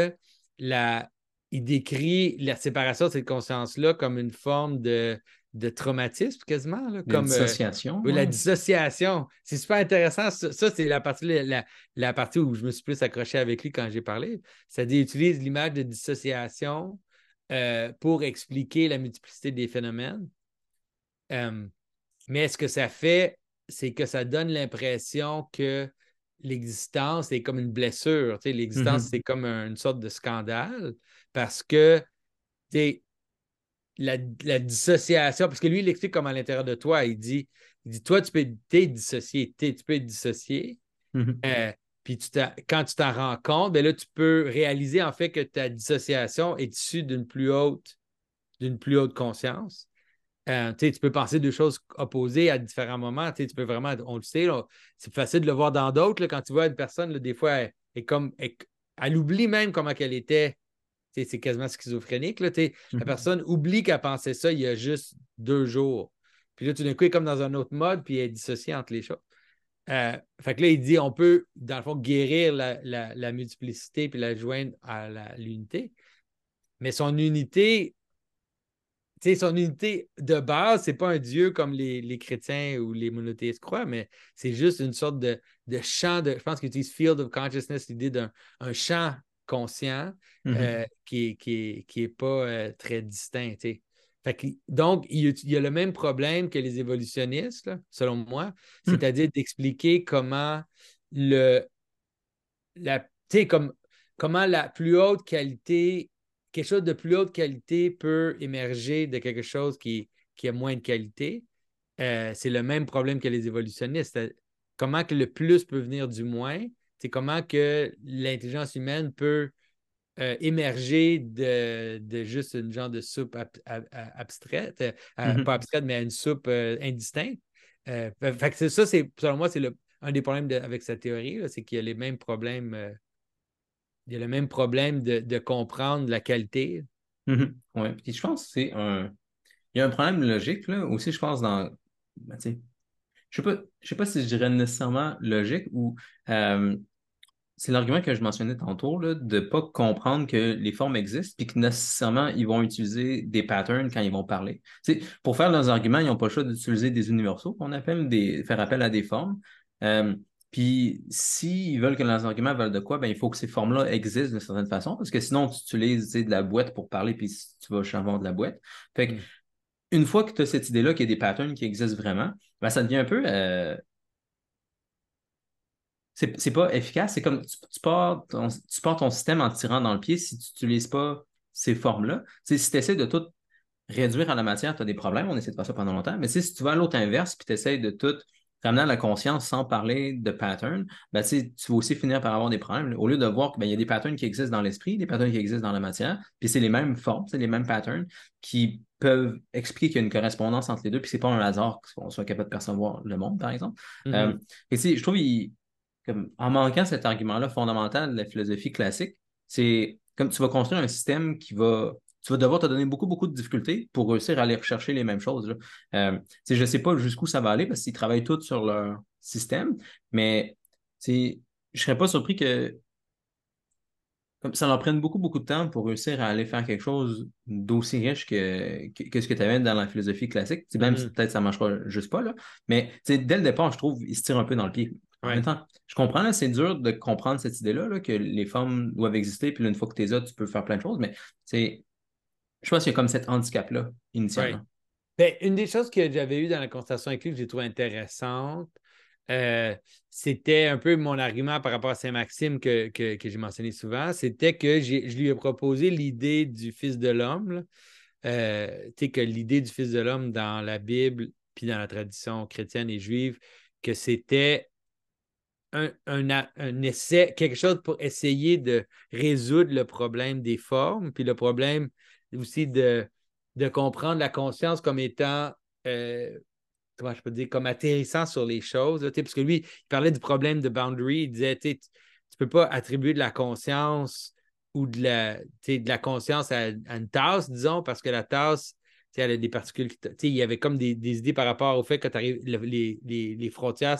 Speaker 2: il décrit la séparation de cette conscience-là comme une forme de traumatisme quasiment, là,
Speaker 1: Une
Speaker 2: comme
Speaker 1: dissociation,
Speaker 2: oui, la
Speaker 1: ouais.
Speaker 2: dissociation. C'est super intéressant. Ça, c'est la partie où je me suis plus accroché avec lui quand j'ai parlé. C'est-à-dire, il utilise l'image de dissociation pour expliquer la multiplicité des phénomènes. Euh, mais ce que ça fait, c'est que ça donne l'impression que l'existence est comme une blessure. Tu sais, l'existence,
Speaker 1: Mhm.
Speaker 2: c'est comme une sorte de scandale parce que tu sais, la dissociation, parce que lui, il explique comme à l'intérieur de toi, toi, t'es dissocié, tu peux être dissocié.
Speaker 1: Mhm.
Speaker 2: euh, Puis quand tu t'en rends compte, ben là, tu peux réaliser en fait que ta dissociation est issue d'une plus haute conscience. Tu peux penser deux choses opposées à différents moments. Tu peux vraiment, on le sait, là, c'est facile de le voir dans d'autres. Là, quand tu vois une personne, là, des fois, elle oublie même comment qu'elle était. C'est quasiment schizophrénique. Là, la
Speaker 1: Mhm.
Speaker 2: personne oublie qu'elle pensait ça il y a juste 2 jours. Puis là, tout d'un coup, elle est comme dans un autre mode, puis elle est dissociée entre les choses. Fait que là, il dit on peut, dans le fond, guérir la multiplicité puis la joindre à l'unité. Mais son unité de base, c'est pas un Dieu comme les chrétiens ou les monothéistes croient, mais c'est juste une sorte de champ je pense qu'ils utilisent field of consciousness, l'idée d'un champ conscient
Speaker 1: Mhm.
Speaker 2: qui est pas très distinct. Tu sais. Fait que, donc, il y a le même problème que les évolutionnistes, là, selon moi,
Speaker 1: Mhm.
Speaker 2: c'est-à-dire d'expliquer comment le, comment la plus haute qualité, quelque chose de plus haute qualité peut émerger de quelque chose qui a moins de qualité. C'est le même problème que les évolutionnistes. Comment que le plus peut venir du moins, c'est comment que l'intelligence humaine peut émerger de juste une genre de soupe abstraite, pas
Speaker 1: Mhm.
Speaker 2: abstraite, mais une soupe indistincte. Fait que ça, selon moi, c'est un des problèmes avec cette théorie, là, c'est qu'il y a les mêmes problèmes il y a le même problème de comprendre la qualité.
Speaker 1: Mhm. Ouais. Puis je pense que il y a un problème logique, là, aussi, je pense, ben, tu sais, je sais pas si je dirais nécessairement logique ou euh, c'est l'argument que je mentionnais tantôt, là, de ne pas comprendre que les formes existent puis que nécessairement ils vont utiliser des patterns quand ils vont parler. Tu sais, pour faire leurs arguments, ils n'ont pas le choix d'utiliser des universaux qu'on appelle faire appel à des formes. Euh, Puis, s'ils veulent que leurs arguments veulent de quoi, ben, il faut que ces formes-là existent d'une certaine façon, parce que sinon, tu utilises, tu sais, de la boîte pour parler, puis tu vas avoir de la boîte. Fait que,
Speaker 2: Hmm.
Speaker 1: une fois que tu as cette idée-là qu'il y a des patterns qui existent vraiment, ben, ça devient un peu, c'est pas efficace. C'est comme tu pars ton système en te tirant dans le pied si tu n'utilises pas ces formes-là. Tu sais, si tu essaies de tout réduire à la matière, tu as des problèmes. On essaie de faire ça pendant longtemps. Mais tu sais, si tu vas à l'autre inverse puis tu essaies de tout ramener à la conscience sans parler de pattern, ben, tu vas aussi finir par avoir des problèmes. Au lieu de voir qu'il y a des patterns qui existent dans l'esprit, des patterns qui existent dans la matière, puis c'est les mêmes formes, c'est les mêmes patterns qui peuvent expliquer qu'il y a une correspondance entre les deux, puis c'est pas un hasard qu'on soit capable de percevoir le monde, par exemple.
Speaker 2: Mhm.
Speaker 1: Et tu sais, je trouve comme, en manquant cet argument-là fondamental de la philosophie classique, c'est comme tu vas construire un système tu vas devoir te donner beaucoup, beaucoup de difficultés pour réussir à aller rechercher les mêmes choses, là. Tu sais, je ne sais pas jusqu'où ça va aller parce qu'ils travaillent tous sur leur système, mais tu sais, je ne serais pas surpris que comme ça leur prenne beaucoup, beaucoup de temps pour réussir à aller faire quelque chose d'aussi riche que ce que tu avais dans la philosophie classique. Tu sais, même si
Speaker 2: Mhm.
Speaker 1: peut-être ça ne marchera juste pas, là. Mais tu sais, dès le départ, je trouve ils se tirent un peu dans le pied. En même
Speaker 2: Ouais.
Speaker 1: temps, je comprends, là, c'est dur de comprendre cette idée-là, là, que les formes doivent exister, puis là, une fois que tu les as, tu peux faire plein de choses, mais c'est, je pense qu'il y a comme cet handicap-là,
Speaker 2: Ouais.
Speaker 1: initialement.
Speaker 2: Ben, une des choses que j'avais eues dans la conversation avec lui que j'ai trouvé intéressante, euh, c'était un peu mon argument par rapport à Saint-Maxime que j'ai mentionné souvent, c'était que je lui ai proposé l'idée du Fils de l'homme, là. Tu sais, que l'idée du Fils de l'homme dans la Bible, puis dans la tradition chrétienne et juive, que c'était un essai, quelque chose pour essayer de résoudre le problème des formes, puis le problème aussi de comprendre la conscience comme étant, euh, comment je peux dire, comme atterrissant sur les choses. Là, parce que lui, il parlait du problème de boundary, il disait, tu ne peux pas attribuer de la conscience ou de la conscience à une tasse, disons, parce que la tasse, elle a des particules. Il y avait comme des idées par rapport au fait que les frontières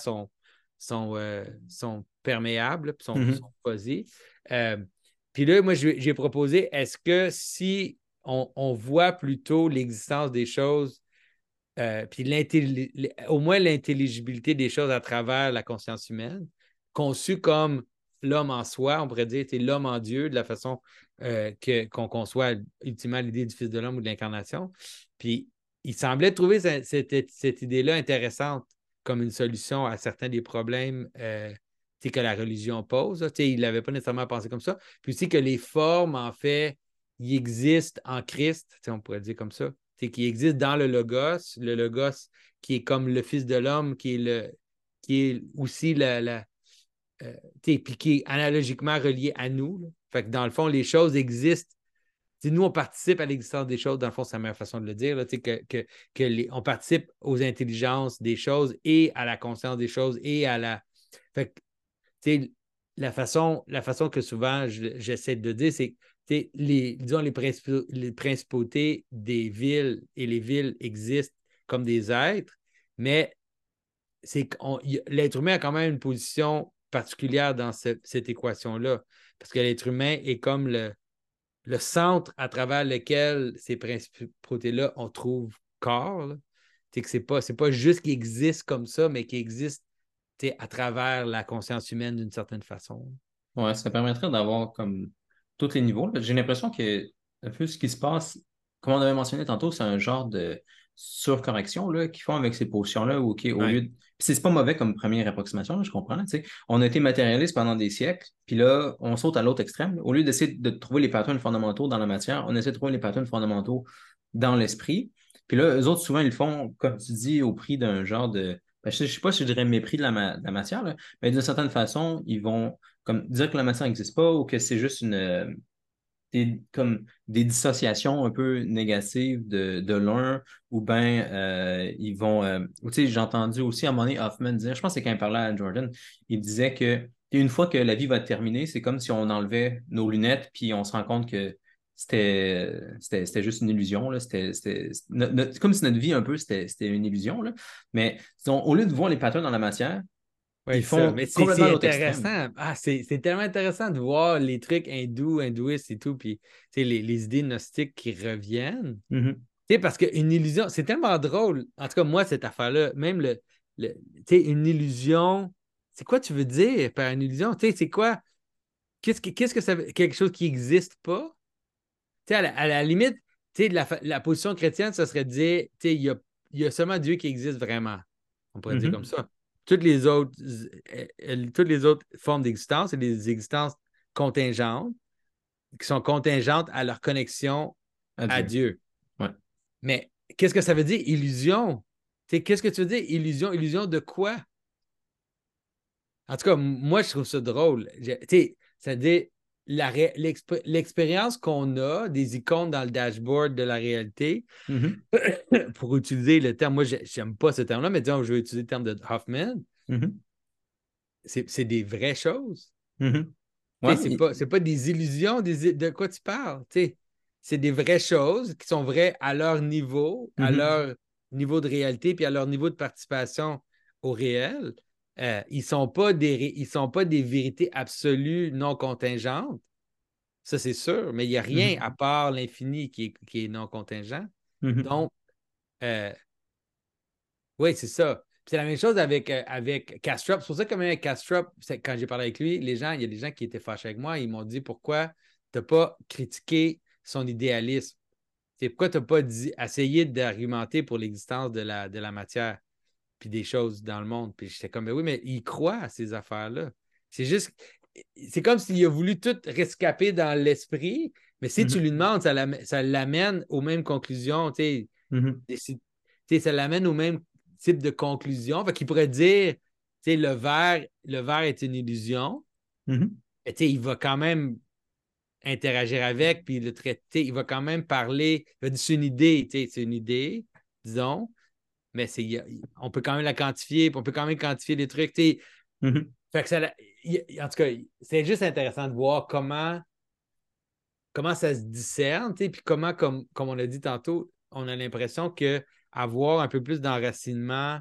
Speaker 2: sont perméables, puis sont
Speaker 1: Mhm.
Speaker 2: posées. Euh, puis là, moi, j'ai proposé, est-ce que si on voit plutôt l'existence des choses, puis au moins l'intelligibilité des choses à travers la conscience humaine, conçue comme l'homme en soi, on pourrait dire, c'est l'homme en Dieu, de la façon qu'on conçoit ultimement l'idée du Fils de l'homme ou de l'incarnation. Puis il semblait trouver cette idée-là intéressante comme une solution à certains des problèmes que la religion pose. Là. Il ne l'avait pas nécessairement pensé comme ça. Puis aussi que les formes, en fait, ils existent en Christ, on pourrait dire comme ça, qui existe dans le Logos qui est comme le Fils de l'homme, qui est aussi puis qui est analogiquement relié à nous. Là. Fait que dans le fond, les choses existent. Nous, on participe à l'existence des choses, dans le fond, c'est la meilleure façon de le dire, là, on participe aux intelligences des choses et à la conscience des choses et à la. Fait que, la façon que souvent j'essaie de dire, c'est que disons, les principautés des villes et les villes existent comme des êtres, mais l'être humain a quand même une position particulière dans cette équation-là, parce que l'être humain est comme le centre à travers lequel ces principautés-là, on trouve corps. Là. Que c'est pas juste qu'ils existent comme ça, mais qu'ils existent à travers la conscience humaine d'une certaine façon.
Speaker 1: Ouais, ça permettrait d'avoir comme tous les niveaux, là. J'ai l'impression que un peu ce qui se passe, comme on avait mentionné tantôt, c'est un genre de surcorrection là, qu'ils font avec ces positions-là, où ok, au lieu
Speaker 2: Ouais.
Speaker 1: de. Puis c'est pas mauvais comme première approximation, là, je comprends. Là, tu sais. On a été matérialiste pendant des siècles, puis là, on saute à l'autre extrême. Au lieu d'essayer de trouver les patterns fondamentaux dans la matière, on essaie de trouver les patterns fondamentaux dans l'esprit. Puis là, eux autres, souvent, ils le font, comme tu dis, au prix d'un genre de. Ben, je sais pas si je dirais mépris de de la matière, là, mais d'une certaine façon, ils vont comme dire que la matière n'existe pas ou que c'est juste comme des dissociations un peu négatives de l'un, ou bien ils vont. Tu sais, j'ai entendu aussi à un moment donné Hoffman dire, je pense que c'est quand il parlait à Jordan, il disait que une fois que la vie va terminer, c'est comme si on enlevait nos lunettes, puis on se rend compte que c'était juste une illusion. Là. Comme si notre vie, un peu, c'était une illusion. Là. Mais disons, au lieu de voir les patterns dans la matière,
Speaker 2: Oui,
Speaker 1: ils
Speaker 2: c'est ça.
Speaker 1: font
Speaker 2: Mais
Speaker 1: complètement
Speaker 2: c'est
Speaker 1: l'autre extrême.
Speaker 2: intéressant. Ah, c'est tellement intéressant de voir les trucs hindouistes et tout, puis les idées gnostiques qui reviennent.
Speaker 1: Mhm.
Speaker 2: Parce qu'une illusion, c'est tellement drôle. En tout cas, moi, cette affaire-là, même une illusion, c'est quoi tu veux dire par une illusion? Tu sais, c'est quoi? Qu'est-ce que ça veut? Quelque chose qui n'existe pas? Tu sais, à la limite, tu sais, la position chrétienne, ça serait de dire, tu sais, il y a seulement Dieu qui existe vraiment. On pourrait dire comme
Speaker 1: Mhm.
Speaker 2: ça. Toutes les autres formes d'existence, c'est des existences contingentes, qui sont contingentes à leur connexion à
Speaker 1: Adieu.
Speaker 2: Dieu.
Speaker 1: Ouais.
Speaker 2: Mais qu'est-ce que ça veut dire, illusion? Tu sais, qu'est-ce que tu veux dire, illusion? Illusion de quoi? En tout cas, moi, je trouve ça drôle. Tu sais, c'est-à-dire l'expérience qu'on a des icônes dans le dashboard de la réalité,
Speaker 1: Mhm.
Speaker 2: pour utiliser le terme, moi, j'aime pas ce terme-là, mais disons, je vais utiliser le terme de Hoffman,
Speaker 1: Mhm.
Speaker 2: c'est des vraies choses.
Speaker 1: Mhm.
Speaker 2: Tu
Speaker 1: Ouais,
Speaker 2: sais, c'est pas des illusions de quoi tu parles. Tu sais. C'est des vraies choses qui sont vraies à leur niveau, à
Speaker 1: mhm.
Speaker 2: leur niveau de réalité, puis à leur niveau de participation au réel. Ils sont pas des vérités absolues non contingentes. Ça, c'est sûr, mais il n'y a rien à
Speaker 1: Mhm.
Speaker 2: part l'infini qui est non contingent.
Speaker 1: Mhm.
Speaker 2: Donc, euh, oui, c'est ça. Puis c'est la même chose avec Castrop. C'est pour ça que même avec Castrop, quand j'ai parlé avec lui, il y a des gens qui étaient fâchés avec moi. Ils m'ont dit pourquoi tu n'as pas critiqué son idéalisme? C'est pourquoi tu n'as pas essayé d'argumenter pour l'existence de la matière puis des choses dans le monde. Puis j'étais comme, ben oui, mais il croit à ces affaires-là. C'est juste, c'est comme s'il a voulu tout rescaper dans l'esprit, mais si tu
Speaker 1: Mhm.
Speaker 2: lui demandes, ça l'amène aux mêmes conclusions, tu
Speaker 1: Mhm.
Speaker 2: sais, ça l'amène au même type de conclusion. Fait qu'il pourrait dire, tu sais, le verre est une illusion,
Speaker 1: Mhm.
Speaker 2: mais tu sais, il va quand même interagir avec, puis le traiter, il va quand même parler, il va dire, c'est une idée, tu sais, c'est une idée, disons, mais on peut quand même la quantifier, puis on peut quand même quantifier les trucs, tu sais.
Speaker 1: Mhm.
Speaker 2: Fait que en tout cas, c'est juste intéressant de voir comment ça se discerne, tu sais, puis comment, comme on a dit tantôt, on a l'impression que avoir un peu plus d'enracinement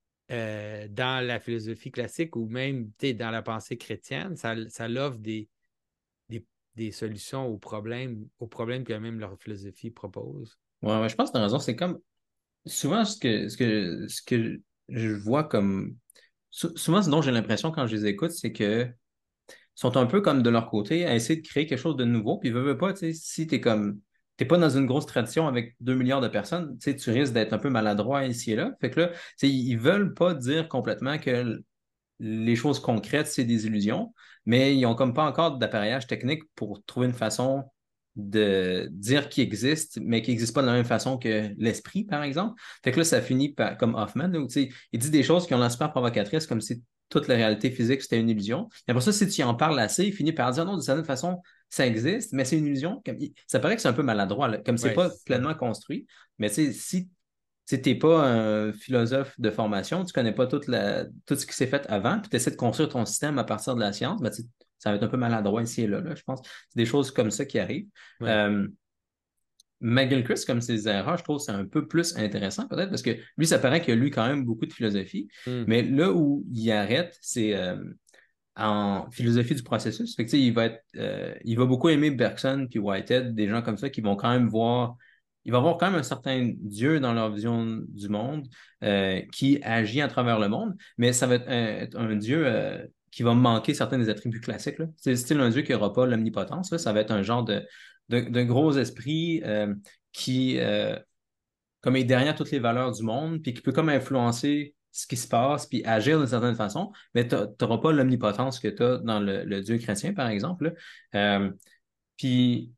Speaker 2: dans la philosophie classique ou même tu sais, dans la pensée chrétienne, ça l'offre des, des solutions aux problèmes que même leur philosophie propose.
Speaker 1: Ouais, ouais, je pense que tu as raison. C'est comme souvent ce que je vois comme souvent ce dont j'ai l'impression quand je les écoute, c'est que sont un peu comme de leur côté à essayer de créer quelque chose de nouveau. Puis veux pas, tu sais, si t'es pas dans une grosse tradition avec 2 milliards de personnes, tu sais, tu risques d'être un peu maladroit ici et là. Fait que là, tu sais, ils veulent pas dire complètement que les choses concrètes, c'est des illusions, mais ils ont comme pas encore d'appareillage technique pour trouver une façon de dire qu'il existe, mais qui n'existe pas de la même façon que l'esprit, par exemple. Fait que là, ça finit comme Hoffman, là, où, tu sais, il dit des choses qui ont l'air super provocatrices, comme si toute la réalité physique, c'était une illusion. Et après ça, si tu en parles assez, il finit par dire non, d'une certaine façon, ça existe, mais c'est une illusion. Ça paraît que c'est un peu maladroit, là, comme c'est
Speaker 2: Oui,
Speaker 1: pas
Speaker 2: c'est ça.
Speaker 1: pleinement construit. Mais tu sais, si t'es pas un philosophe de formation, tu connais pas tout ce qui s'est fait avant, puis tu essaies de construire ton système à partir de la science, ben, tu sais, ça va être un peu maladroit ici et là, je pense. C'est des choses comme ça qui arrivent.
Speaker 2: Oui.
Speaker 1: Euh, McGilchrist, comme ses erreurs, je trouve que c'est un peu plus intéressant peut-être, parce que lui, ça paraît qu'il a lu quand même beaucoup de philosophie,
Speaker 2: Hmm.
Speaker 1: mais là où il arrête, c'est en philosophie du processus. Fait que, tu sais, il va beaucoup aimer Bergson puis Whitehead, des gens comme ça qui vont quand même voir, il va voir quand même un certain Dieu dans leur vision du monde qui agit à travers le monde, mais ça va être un Dieu qui va manquer certains des attributs classiques, là. C'est style un Dieu qui n'aura pas l'omnipotence, là. Ça va être un genre de gros esprit qui comme est derrière toutes les valeurs du monde, puis qui peut comme influencer ce qui se passe, puis agir d'une certaine façon, mais tu n'auras pas l'omnipotence que tu as dans le Dieu chrétien, par exemple, là. Puis,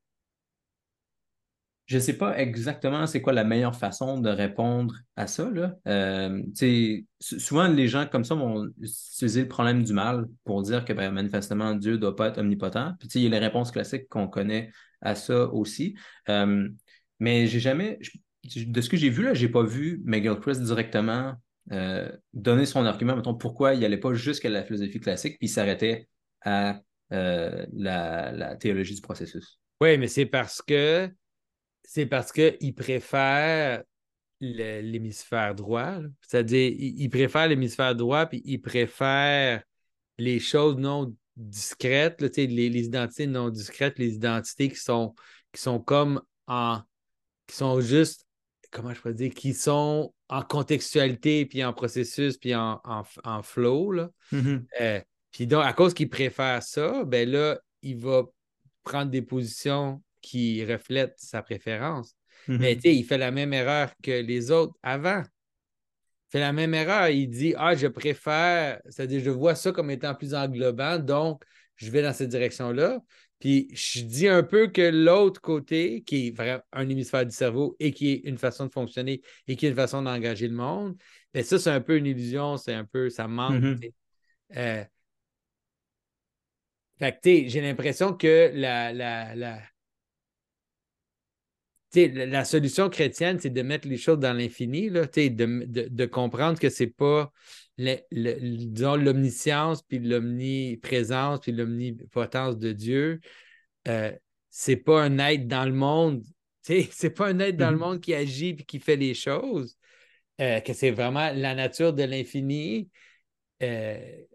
Speaker 1: je ne sais pas exactement c'est quoi la meilleure façon de répondre à ça, là. Tu sais, souvent, les gens comme ça vont utiliser le problème du mal pour dire que ben, manifestement, Dieu ne doit pas être omnipotent. Puis, tu sais, il y a les réponses classiques qu'on connaît à ça aussi. Euh, mais j'ai jamais, de ce que j'ai vu, là, j'ai pas vu McGilchrist directement donner son argument, mettons, pourquoi il n'allait pas jusqu'à la philosophie classique, puis il s'arrêtait à la théologie du processus.
Speaker 2: Oui, mais c'est parce qu'il préfère l'hémisphère droit, là. C'est-à-dire, il préfère l'hémisphère droit, puis il préfère les choses non discrètes, là, tu sais, les identités non discrètes, les identités qui sont comme qui sont juste comment je peux dire, qui sont en contextualité, puis en processus, puis en flow, là.
Speaker 1: Mhm.
Speaker 2: Euh, Puis donc, à cause qu'il préfère ça, ben là, il va prendre des positions qui reflètent sa préférence. Mais tu
Speaker 1: Mhm.
Speaker 2: sais, il fait la même erreur que les autres avant. Il fait la même erreur. Il dit, ah, je préfère, c'est-à-dire, je vois ça comme étant plus englobant, donc je vais dans cette direction-là. Puis je dis un peu que l'autre côté, qui est vraiment un hémisphère du cerveau et qui est une façon de fonctionner et qui est une façon d'engager le monde, ben ça, c'est un peu une illusion, c'est un peu, ça manque. Tu
Speaker 1: Mhm.
Speaker 2: sais. Fait que, tu sais, j'ai l'impression que la solution chrétienne, c'est de mettre les choses dans l'infini, là, tu sais, de comprendre que c'est pas, disons, l'omniscience, puis l'omniprésence, puis l'omnipotence de Dieu. Euh, c'est pas un être dans le monde, tu sais, c'est pas un être dans le
Speaker 1: Mhm.
Speaker 2: monde qui agit puis qui fait les choses, que c'est vraiment la nature de l'infini. euh,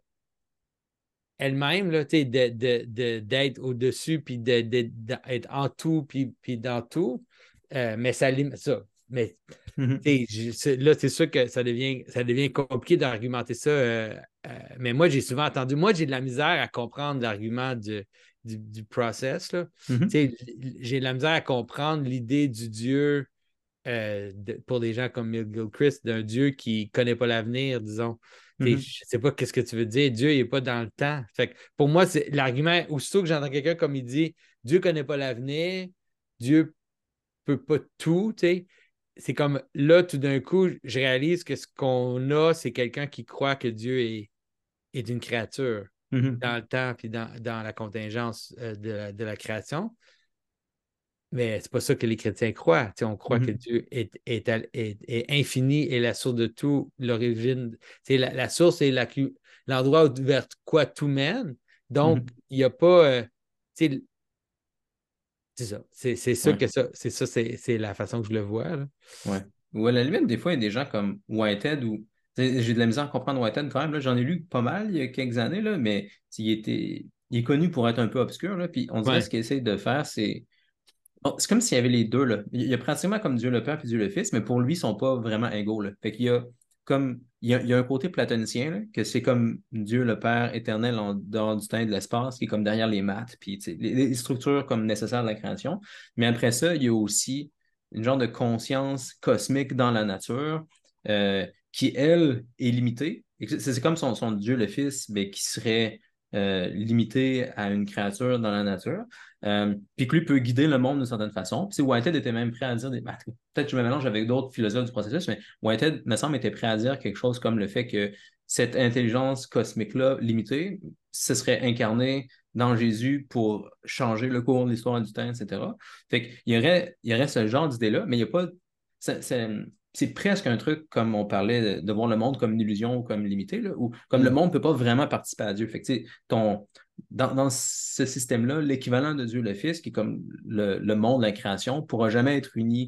Speaker 2: Elle-même, là, d'être au-dessus, puis d'être en tout, puis dans tout. Mais ça limite ça. Mais
Speaker 1: Mhm.
Speaker 2: là, c'est sûr que ça devient compliqué d'argumenter ça. Mais moi, j'ai souvent entendu, moi, j'ai de la misère à comprendre l'argument du process. Là.
Speaker 1: Mhm.
Speaker 2: J'ai de la misère à comprendre l'idée du Dieu pour des gens comme Mill Gilchrist, d'un Dieu qui ne connaît pas l'avenir, disons. Je ne
Speaker 1: Mhm.
Speaker 2: sais pas qu'est-ce que tu veux dire. Dieu n'est pas dans le temps. Fait que pour moi, c'est l'argument, aussitôt que j'entends quelqu'un comme il dit Dieu ne connaît pas l'avenir, Dieu ne peut pas tout, tu sais. C'est comme là, tout d'un coup, je réalise que ce qu'on a, c'est quelqu'un qui croit que Dieu est une créature
Speaker 1: Mhm.
Speaker 2: dans le temps puis dans la contingence de la création. Mais c'est pas ça que les chrétiens croient. Tu sais, on croit que
Speaker 1: Mhm.
Speaker 2: Dieu est infini et la source de tout, l'origine. Tu sais, la source est l'endroit vers quoi tout mène. Donc,
Speaker 1: Mhm.
Speaker 2: il n'y a pas. Tu sais, c'est ça. C'est ça
Speaker 1: Ouais.
Speaker 2: que ça. C'est ça, c'est la façon que je le vois, là.
Speaker 1: Ouais. Ou à la limite, des fois, il y a des gens comme Whitehead ou j'ai de la misère à comprendre Whitehead quand même. Là, j'en ai lu pas mal il y a quelques années, là, mais il est connu pour être un peu obscur. Là, puis on dirait ce
Speaker 2: Ouais.
Speaker 1: qu'il essaie de faire, c'est comme s'il y avait les deux, là. Il y a pratiquement comme Dieu le Père puis Dieu le Fils, mais pour lui, ils sont pas vraiment égaux, là. Fait qu'il y a comme il y a un côté platonicien, là, que c'est comme Dieu le Père éternel en dehors du temps et de l'espace, qui est comme derrière les maths, puis tu sais, les structures comme nécessaires de la création. Mais après ça, il y a aussi une genre de conscience cosmique dans la nature, qui, elle, est limitée. Et c'est comme son Dieu le Fils, mais qui serait limité à une créature dans la nature. Puis que lui peut guider le monde d'une certaine façon. Puis Whitehead était même prêt à dire, peut-être que je me mélange avec d'autres philosophes du processus, mais Whitehead, me semble, était prêt à dire quelque chose comme le fait que cette intelligence cosmique-là, limitée, ce serait incarné dans Jésus pour changer le cours de l'histoire du temps, etc. Fait qu'il y aurait ce genre d'idée-là, mais il n'y a pas. C'est presque un truc comme on parlait de voir le monde comme une illusion ou comme limité, là, ou comme le
Speaker 2: Mm.
Speaker 1: monde ne peut pas vraiment participer à Dieu. Fait que, tu sais, dans ce système-là, l'équivalent de Dieu le Fils, qui est comme le monde, la création, ne pourra jamais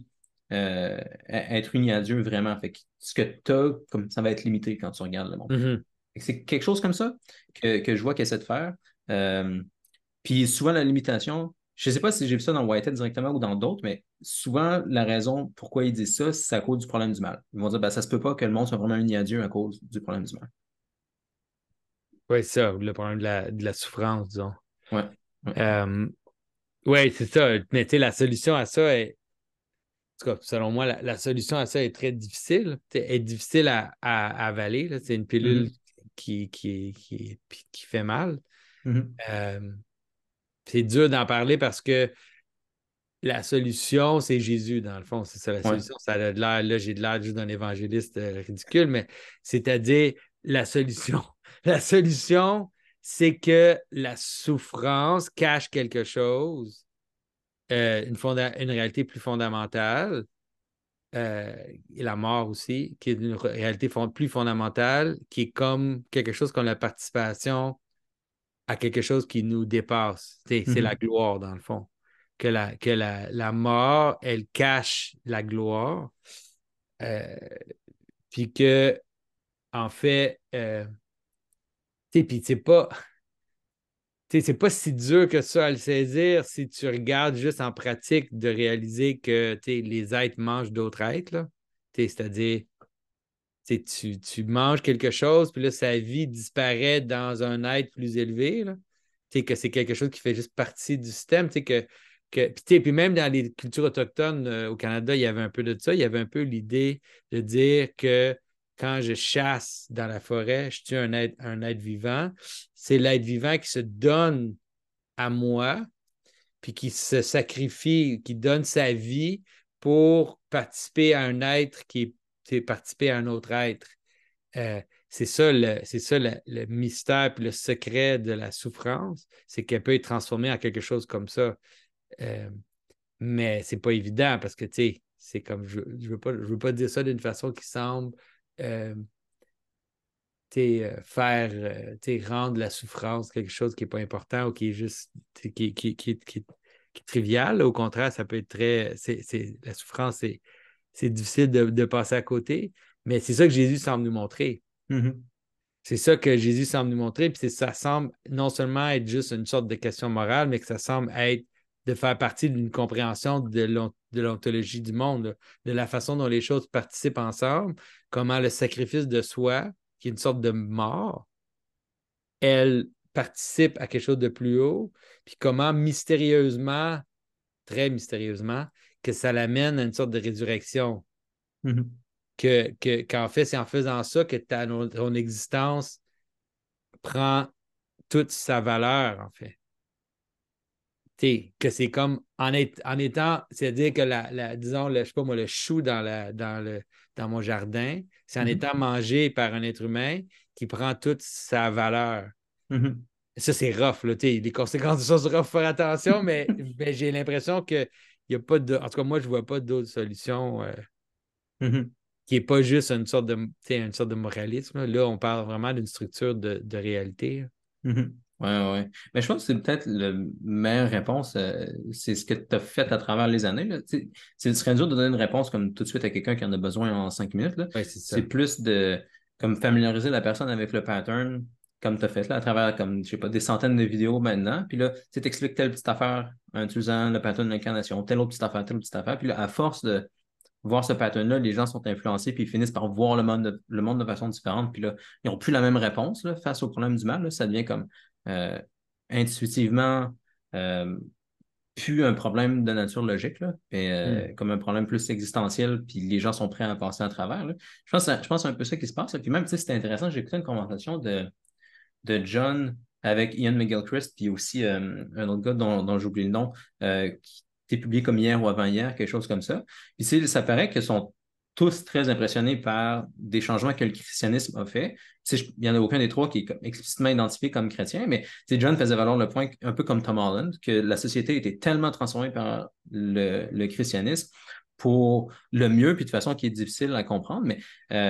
Speaker 1: être uni à Dieu vraiment. Fait que ce que tu as, comme, ça va être limité quand tu regardes le monde.
Speaker 2: Mhm.
Speaker 1: Fait que c'est quelque chose comme ça que je vois qu'il essaie de faire. Euh, Puis souvent, la limitation, je ne sais pas si j'ai vu ça dans Whitehead directement ou dans d'autres, mais souvent, la raison pourquoi ils disent ça, c'est à cause du problème du mal. Ils vont dire, ben, ça se peut pas que le monde soit vraiment uni à Dieu à cause du problème du mal.
Speaker 2: Ouais, c'est ça, le problème de la souffrance, disons.
Speaker 1: Ouais. Ouais.
Speaker 2: Euh, ouais, c'est ça. Mais tu sais, la solution à ça en tout cas, selon moi, la solution à ça est très difficile. Est difficile à avaler. Là. C'est une pilule
Speaker 1: Mhm.
Speaker 2: qui fait mal.
Speaker 1: Mhm.
Speaker 2: Euh, c'est dur d'en parler parce que la solution, c'est Jésus, dans le fond. C'est ça la
Speaker 1: Ouais.
Speaker 2: solution. Ça a de l'air, là, j'ai de l'air juste d'un évangéliste ridicule, mais c'est-à-dire la solution. La solution, c'est que la souffrance cache quelque chose, une réalité plus fondamentale et la mort aussi, qui est une réalité plus fondamentale, qui est comme quelque chose comme la participation à quelque chose qui nous dépasse. C'est la
Speaker 1: Mhm.
Speaker 2: gloire, dans le fond. Que la mort, elle cache la gloire. euh, Puis que, en fait, puis c'est pas. Tu sais, c'est pas si dur que ça à le saisir si tu regardes juste en pratique de réaliser que tu sais, les êtres mangent d'autres êtres, là. Tu sais, c'est-à-dire, tu manges quelque chose, puis là, sa vie disparaît dans un être plus élevé, là. Tu sais, que c'est quelque chose qui fait juste partie du système. Tu sais, puis, tu sais, puis même dans les cultures autochtones au Canada, il y avait un peu de ça. Il y avait un peu l'idée de dire que quand je chasse dans la forêt, je tue un être vivant. C'est l'être vivant qui se donne à moi, puis qui se sacrifie, qui donne sa vie pour participer à un être qui est participer à un autre être. Euh, c'est ça le mystère et le secret de la souffrance, c'est qu'elle peut être transformée en quelque chose comme ça. Euh, mais c'est pas évident parce que, tu sais, c'est comme, je veux pas dire ça d'une façon qui semble euh, rendre la souffrance quelque chose qui n'est pas important ou qui est juste qui est trivial. Au contraire, ça peut être très. La souffrance, c'est difficile de passer à côté, mais c'est ça que Jésus semble nous montrer.
Speaker 1: Mhm.
Speaker 2: C'est ça que Jésus semble nous montrer, puis ça semble non seulement être juste une sorte de question morale, mais que ça semble être de faire partie d'une compréhension de l'ontologie du monde, là, de la façon dont les choses participent ensemble, comment le sacrifice de soi, qui est une sorte de mort, elle participe à quelque chose de plus haut, puis comment mystérieusement, très mystérieusement, que ça l'amène à une sorte de résurrection.
Speaker 1: Mhm.
Speaker 2: Qu'en fait, c'est en faisant ça que ton existence prend toute sa valeur, en fait. Que c'est comme en étant, c'est-à-dire que disons, je sais pas moi, le chou dans mon jardin, c'est en
Speaker 1: Mhm.
Speaker 2: étant mangé par un être humain qui prend toute sa valeur.
Speaker 1: Mhm.
Speaker 2: Ça, c'est rough, là, les conséquences de ça, c'est rough, faire attention, mais j'ai l'impression qu'il n'y a pas de. En tout cas, moi, je ne vois pas d'autre solution
Speaker 1: Mhm.
Speaker 2: qui n'est pas juste une sorte de moralisme. Là, on parle vraiment d'une structure de réalité.
Speaker 1: Mhm. Ouais, ouais. Mais je pense que c'est peut-être la meilleure réponse. C'est ce que tu as fait à travers les années, là. Tu sais, ce serait dur de donner une réponse comme tout de suite à quelqu'un qui en a besoin en 5 minutes, là.
Speaker 2: Oui, c'est
Speaker 1: C'est
Speaker 2: ça.
Speaker 1: plus de comme familiariser la personne avec le pattern, comme tu as fait là, à travers comme, je sais pas, des centaines de vidéos maintenant. Puis là, tu t'expliques telle petite affaire en utilisant le pattern d'incarnation, telle autre petite affaire, telle autre petite affaire. Puis là, à force de voir ce pattern-là, les gens sont influencés puis ils finissent par voir le monde de façon différente. Puis là, ils n'ont plus la même réponse là, face au problème du mal. Là. Ça devient comme euh, intuitivement euh, plus un problème de nature logique, là, et,
Speaker 2: Hmm.
Speaker 1: comme un problème plus existentiel, puis les gens sont prêts à passer à travers. Là. Je pense que c'est un peu ça qui se passe. Là. Puis même, tu sais, c'était intéressant, j'ai écouté une conversation de John avec Ian McGilchrist, puis aussi un autre gars dont j'oublie le nom, qui était publié comme hier ou avant-hier, quelque chose comme ça. Puis ça paraît qu'ils sont tous très impressionnés par des changements que le christianisme a fait. Il n'y en a aucun des trois qui est explicitement identifié comme chrétien, mais John faisait valoir le point, un peu comme Tom Holland, que la société était tellement transformée par le christianisme pour le mieux, puis de façon qui est difficile à comprendre, mais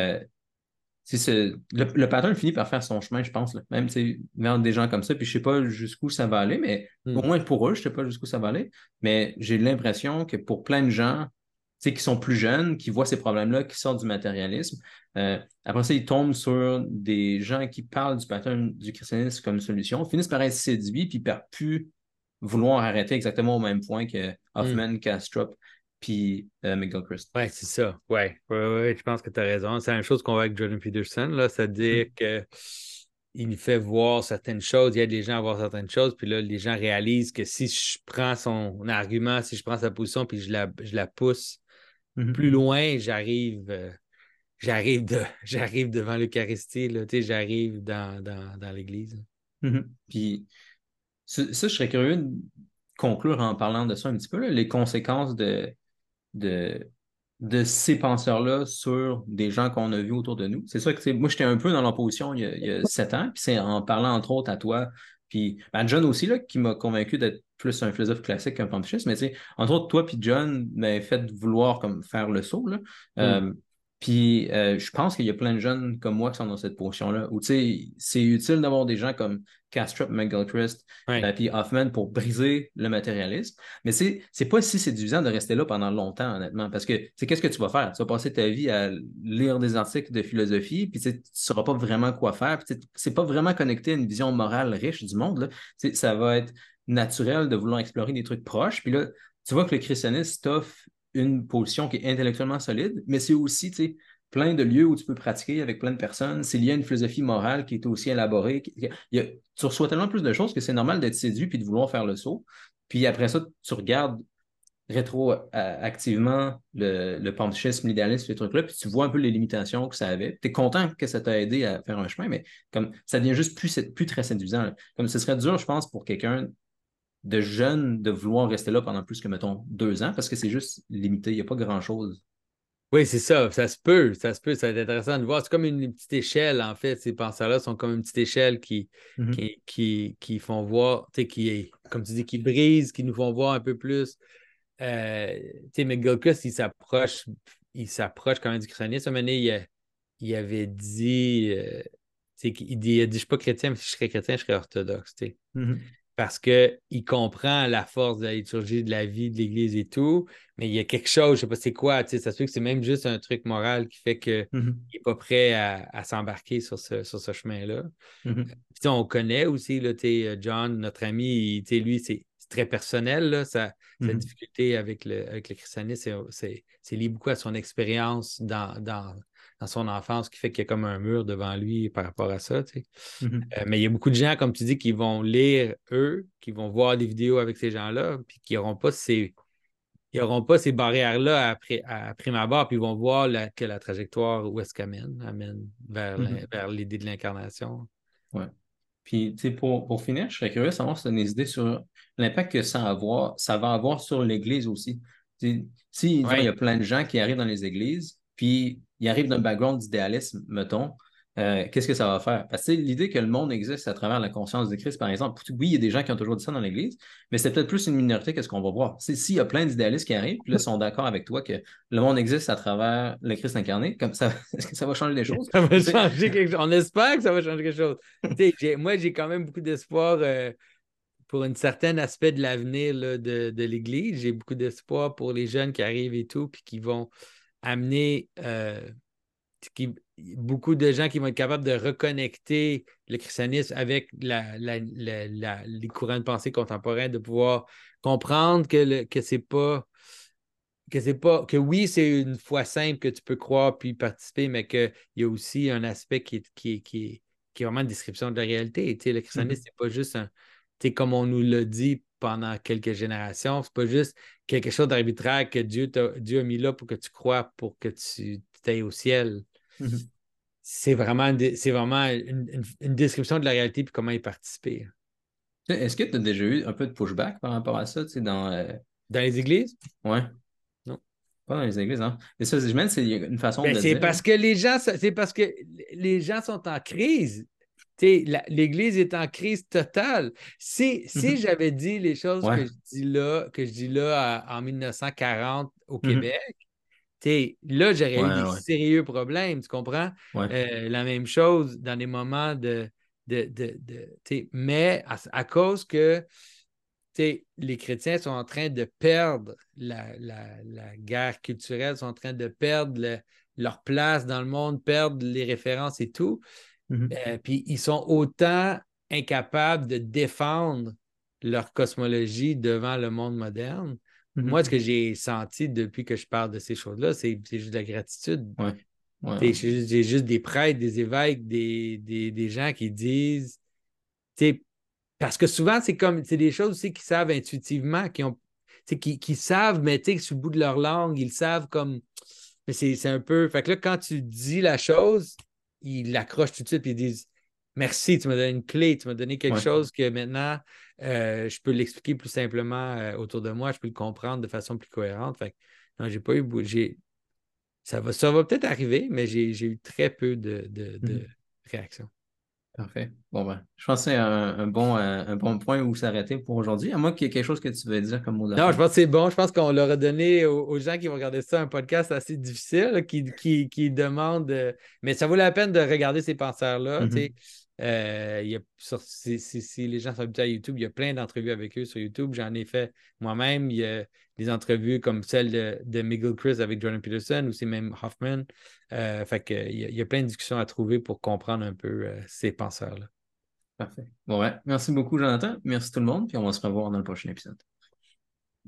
Speaker 1: le pattern finit par faire son chemin, je pense, là. Même vers des gens comme ça, puis je sais pas jusqu'où ça va aller, mais au
Speaker 2: Hmm.
Speaker 1: moins pour eux, je sais pas jusqu'où ça va aller, mais j'ai l'impression que pour plein de gens, qui sont plus jeunes, qui voient ces problèmes-là, qui sortent du matérialisme, après ça, ils tombent sur des gens qui parlent du pattern du christianisme comme solution, finissent par être séduits, puis par plus vouloir arrêter exactement au même point que
Speaker 2: Hmm.
Speaker 1: Hoffman, Kastrup, puis McGilchrist.
Speaker 2: Ouais, c'est ça. Ouais, ouais, ouais, je pense que tu as raison. C'est la même chose qu'on voit avec Jordan Peterson, là, c'est-à-dire
Speaker 1: Mhm.
Speaker 2: que il fait voir certaines choses, il aide les gens à voir certaines choses, puis là, les gens réalisent que si je prends son argument, si je prends sa position, puis je la pousse
Speaker 1: Mhm.
Speaker 2: plus loin, j'arrive devant l'Eucharistie, là, tu sais, j'arrive dans l'Église.
Speaker 1: Mhm. Puis ça, je serais curieux de conclure en parlant de ça un petit peu, là, les conséquences de, de ces penseurs-là sur des gens qu'on a vus autour de nous. C'est ça que moi, j'étais un peu dans l'opposition il y a 7 ans, puis c'est en parlant entre autres à toi, puis ben, John aussi, là, qui m'a convaincu d'être plus un philosophe classique qu'un panpsychiste, mais entre autres, toi puis John m'avaient fait vouloir comme faire le saut, là.
Speaker 2: Hmm.
Speaker 1: Puis je pense qu'il y a plein de jeunes comme moi qui sont dans cette position-là, où tu sais, c'est utile d'avoir des gens comme Kastrup, McGilchrist,
Speaker 2: Ouais.
Speaker 1: puis Hoffman pour briser le matérialisme. Mais c'est pas si séduisant de rester là pendant longtemps, honnêtement, parce que c'est qu'est-ce que tu vas faire? Tu vas passer ta vie à lire des articles de philosophie, puis tu sais, tu sauras pas vraiment quoi faire, puis tu sais, c'est pas vraiment connecté à une vision morale riche du monde, là. Tu sais, ça va être naturel de vouloir explorer des trucs proches, puis là, tu vois que le christianisme t'offre une position qui est intellectuellement solide, mais c'est aussi, tu sais, plein de lieux où tu peux pratiquer avec plein de personnes. C'est lié à une philosophie morale qui est aussi élaborée. Tu reçois tellement plus de choses que c'est normal d'être séduit puis de vouloir faire le saut. Puis après ça, tu regardes rétroactivement le panpsychisme, l'idéalisme, ces trucs-là, puis tu vois un peu les limitations que ça avait. Tu es content que ça t'a aidé à faire un chemin, mais comme ça devient juste plus très séduisant, là. Comme ce serait dur, je pense, pour quelqu'un de jeune de vouloir rester là pendant plus que, mettons, 2 ans, parce que c'est juste limité. Il n'y a pas grand-chose.
Speaker 2: Oui, c'est ça. Ça se peut. Ça va être intéressant de voir. C'est comme une petite échelle, en fait. Ces penseurs-là sont comme une petite échelle qui,
Speaker 1: Mhm.
Speaker 2: qui, qui font voir, tu sais, comme tu dis, qui brisent, qui nous font voir un peu plus. Tu sais, McGilchrist, il s'approche quand même du christianisme. À un moment donné, il avait dit, tu sais, il a dit, je suis pas chrétien, mais si je serais chrétien, je serais orthodoxe, tu sais.
Speaker 1: Mhm.
Speaker 2: Parce qu'il comprend la force de la liturgie, de la vie de l'Église et tout, mais il y a quelque chose, je sais pas c'est quoi, tu sais, ça se peut que c'est même juste un truc moral qui fait qu'il
Speaker 1: Mhm.
Speaker 2: n'est pas prêt à s'embarquer sur ce chemin-là.
Speaker 1: Mhm.
Speaker 2: Puis, tu sais, on connaît aussi, là, tu sais, John, notre ami, tu sais, lui, c'est très personnel, là, sa
Speaker 1: Mhm.
Speaker 2: difficulté avec le christianisme, c'est lié beaucoup à son expérience dans son enfance, qui fait qu'il y a comme un mur devant lui par rapport à ça, tu sais.
Speaker 1: Mhm.
Speaker 2: Mais il y a beaucoup de gens, comme tu dis, qui vont lire, eux, qui vont voir des vidéos avec ces gens-là, puis qui n'auront pas ces barrières-là à prime abord, puis ils vont voir que la trajectoire, où est-ce qu'elle amène vers,
Speaker 1: Mhm.
Speaker 2: vers l'idée de l'incarnation.
Speaker 1: Ouais. Puis, tu sais, pour finir, je serais curieux de savoir si tu as des idées sur l'impact que ça va avoir sur l'Église aussi. Tu sais, si, disons, il y a
Speaker 2: Oui.
Speaker 1: plein de gens qui arrivent dans les églises, puis ils arrivent d'un background d'idéalisme, mettons, qu'est-ce que ça va faire? Parce que tu sais, l'idée que le monde existe à travers la conscience de Christ, par exemple, oui, il y a des gens qui ont toujours dit ça dans l'Église, mais c'est peut-être plus une minorité que ce qu'on va voir. S'il y a plein d'idéalistes qui arrivent, puis là, sont d'accord avec toi que le monde existe à travers le Christ incarné, comme ça, est-ce que ça va changer les choses?
Speaker 2: Ça va
Speaker 1: Ou tu sais,
Speaker 2: changer quelque chose. On espère que ça va changer quelque chose. Tu sais, moi, j'ai quand même beaucoup d'espoir pour un certain aspect de l'avenir là, de l'Église. J'ai beaucoup d'espoir pour les jeunes qui arrivent et tout, puis qui vont amener beaucoup de gens qui vont être capables de reconnecter le christianisme avec les courants de pensée contemporains, de pouvoir comprendre que oui, c'est une foi simple que tu peux croire puis participer, mais qu'il y a aussi un aspect qui est vraiment une description de la réalité. Tu sais, le christianisme,
Speaker 1: mhm,
Speaker 2: c'est pas juste comme on nous l'a dit pendant quelques générations, c'est pas juste quelque chose d'arbitraire que Dieu a mis là pour que tu crois, pour que tu ailles au ciel.
Speaker 1: mhm.
Speaker 2: C'est vraiment une description de la réalité puis comment y participer.
Speaker 1: Est-ce que tu as déjà eu un peu de pushback par rapport à ça, tu sais,
Speaker 2: Dans les églises?
Speaker 1: ouais,
Speaker 2: Non.
Speaker 1: pas dans les églises, hein? Et ça, j'imagine, c'est une façon de
Speaker 2: Ben,
Speaker 1: le
Speaker 2: c'est
Speaker 1: dire, là.
Speaker 2: parce que les gens sont en crise. Tu sais, l'Église est en crise totale. Si
Speaker 1: Mhm.
Speaker 2: j'avais dit les choses
Speaker 1: Ouais.
Speaker 2: que je dis là en 1940 au
Speaker 1: Mhm.
Speaker 2: Québec, tu sais, là, j'aurais eu
Speaker 1: Ouais,
Speaker 2: des
Speaker 1: ouais,
Speaker 2: sérieux problèmes, tu comprends?
Speaker 1: ouais.
Speaker 2: La même chose dans des moments tu sais, mais à cause que tu sais, les chrétiens sont en train de perdre la guerre culturelle, sont en train de perdre leur place dans le monde, perdre les références et tout.
Speaker 1: Mhm.
Speaker 2: Puis ils sont autant incapables de défendre leur cosmologie devant le monde moderne. Moi, ce
Speaker 1: Mhm.
Speaker 2: que j'ai senti depuis que je parle de ces choses-là, c'est juste de la gratitude.
Speaker 1: Ouais, ouais,
Speaker 2: Tu
Speaker 1: ouais.
Speaker 2: sais, j'ai juste des prêtres, des évêques, des gens qui disent, tu sais, parce que souvent, c'est des choses aussi qu'ils savent intuitivement, qui savent, mais tu sais, sur le bout de leur langue, ils savent comme. Mais c'est un peu. Fait que là, quand tu dis la chose, ils l'accrochent tout de suite et ils disent merci, tu m'as donné une clé, tu m'as donné quelque
Speaker 1: Ouais.
Speaker 2: chose que maintenant, je peux l'expliquer plus simplement autour de moi, je peux le comprendre de façon plus cohérente. Fait que non, j'ai pas eu. Ça va peut-être arriver, mais j'ai eu très peu de
Speaker 1: Mhm.
Speaker 2: réactions.
Speaker 1: Parfait. Bon, ben, je pense que c'est un bon point où s'arrêter pour aujourd'hui. À moins qu'il y ait quelque chose que tu veux dire comme mot de la
Speaker 2: Non, je
Speaker 1: fin.
Speaker 2: pense que c'est bon. Je pense qu'on leur a donné aux gens qui vont regarder ça un podcast assez difficile, là, qui demandent. Mais ça vaut la peine de regarder ces penseurs-là. Tu sais.
Speaker 1: Mhm.
Speaker 2: Si les gens sont habitués à YouTube, il y a plein d'entrevues avec eux sur YouTube. J'en ai fait moi-même. Il y a des entrevues comme celle de Miguel Chris avec Jordan Peterson ou c'est même Hoffman. Fait que, il y a plein de discussions à trouver pour comprendre un peu ces penseurs-là.
Speaker 1: Parfait. Bon, ouais. Merci beaucoup, Jonathan. Merci tout le monde. Puis on va se revoir dans le prochain épisode.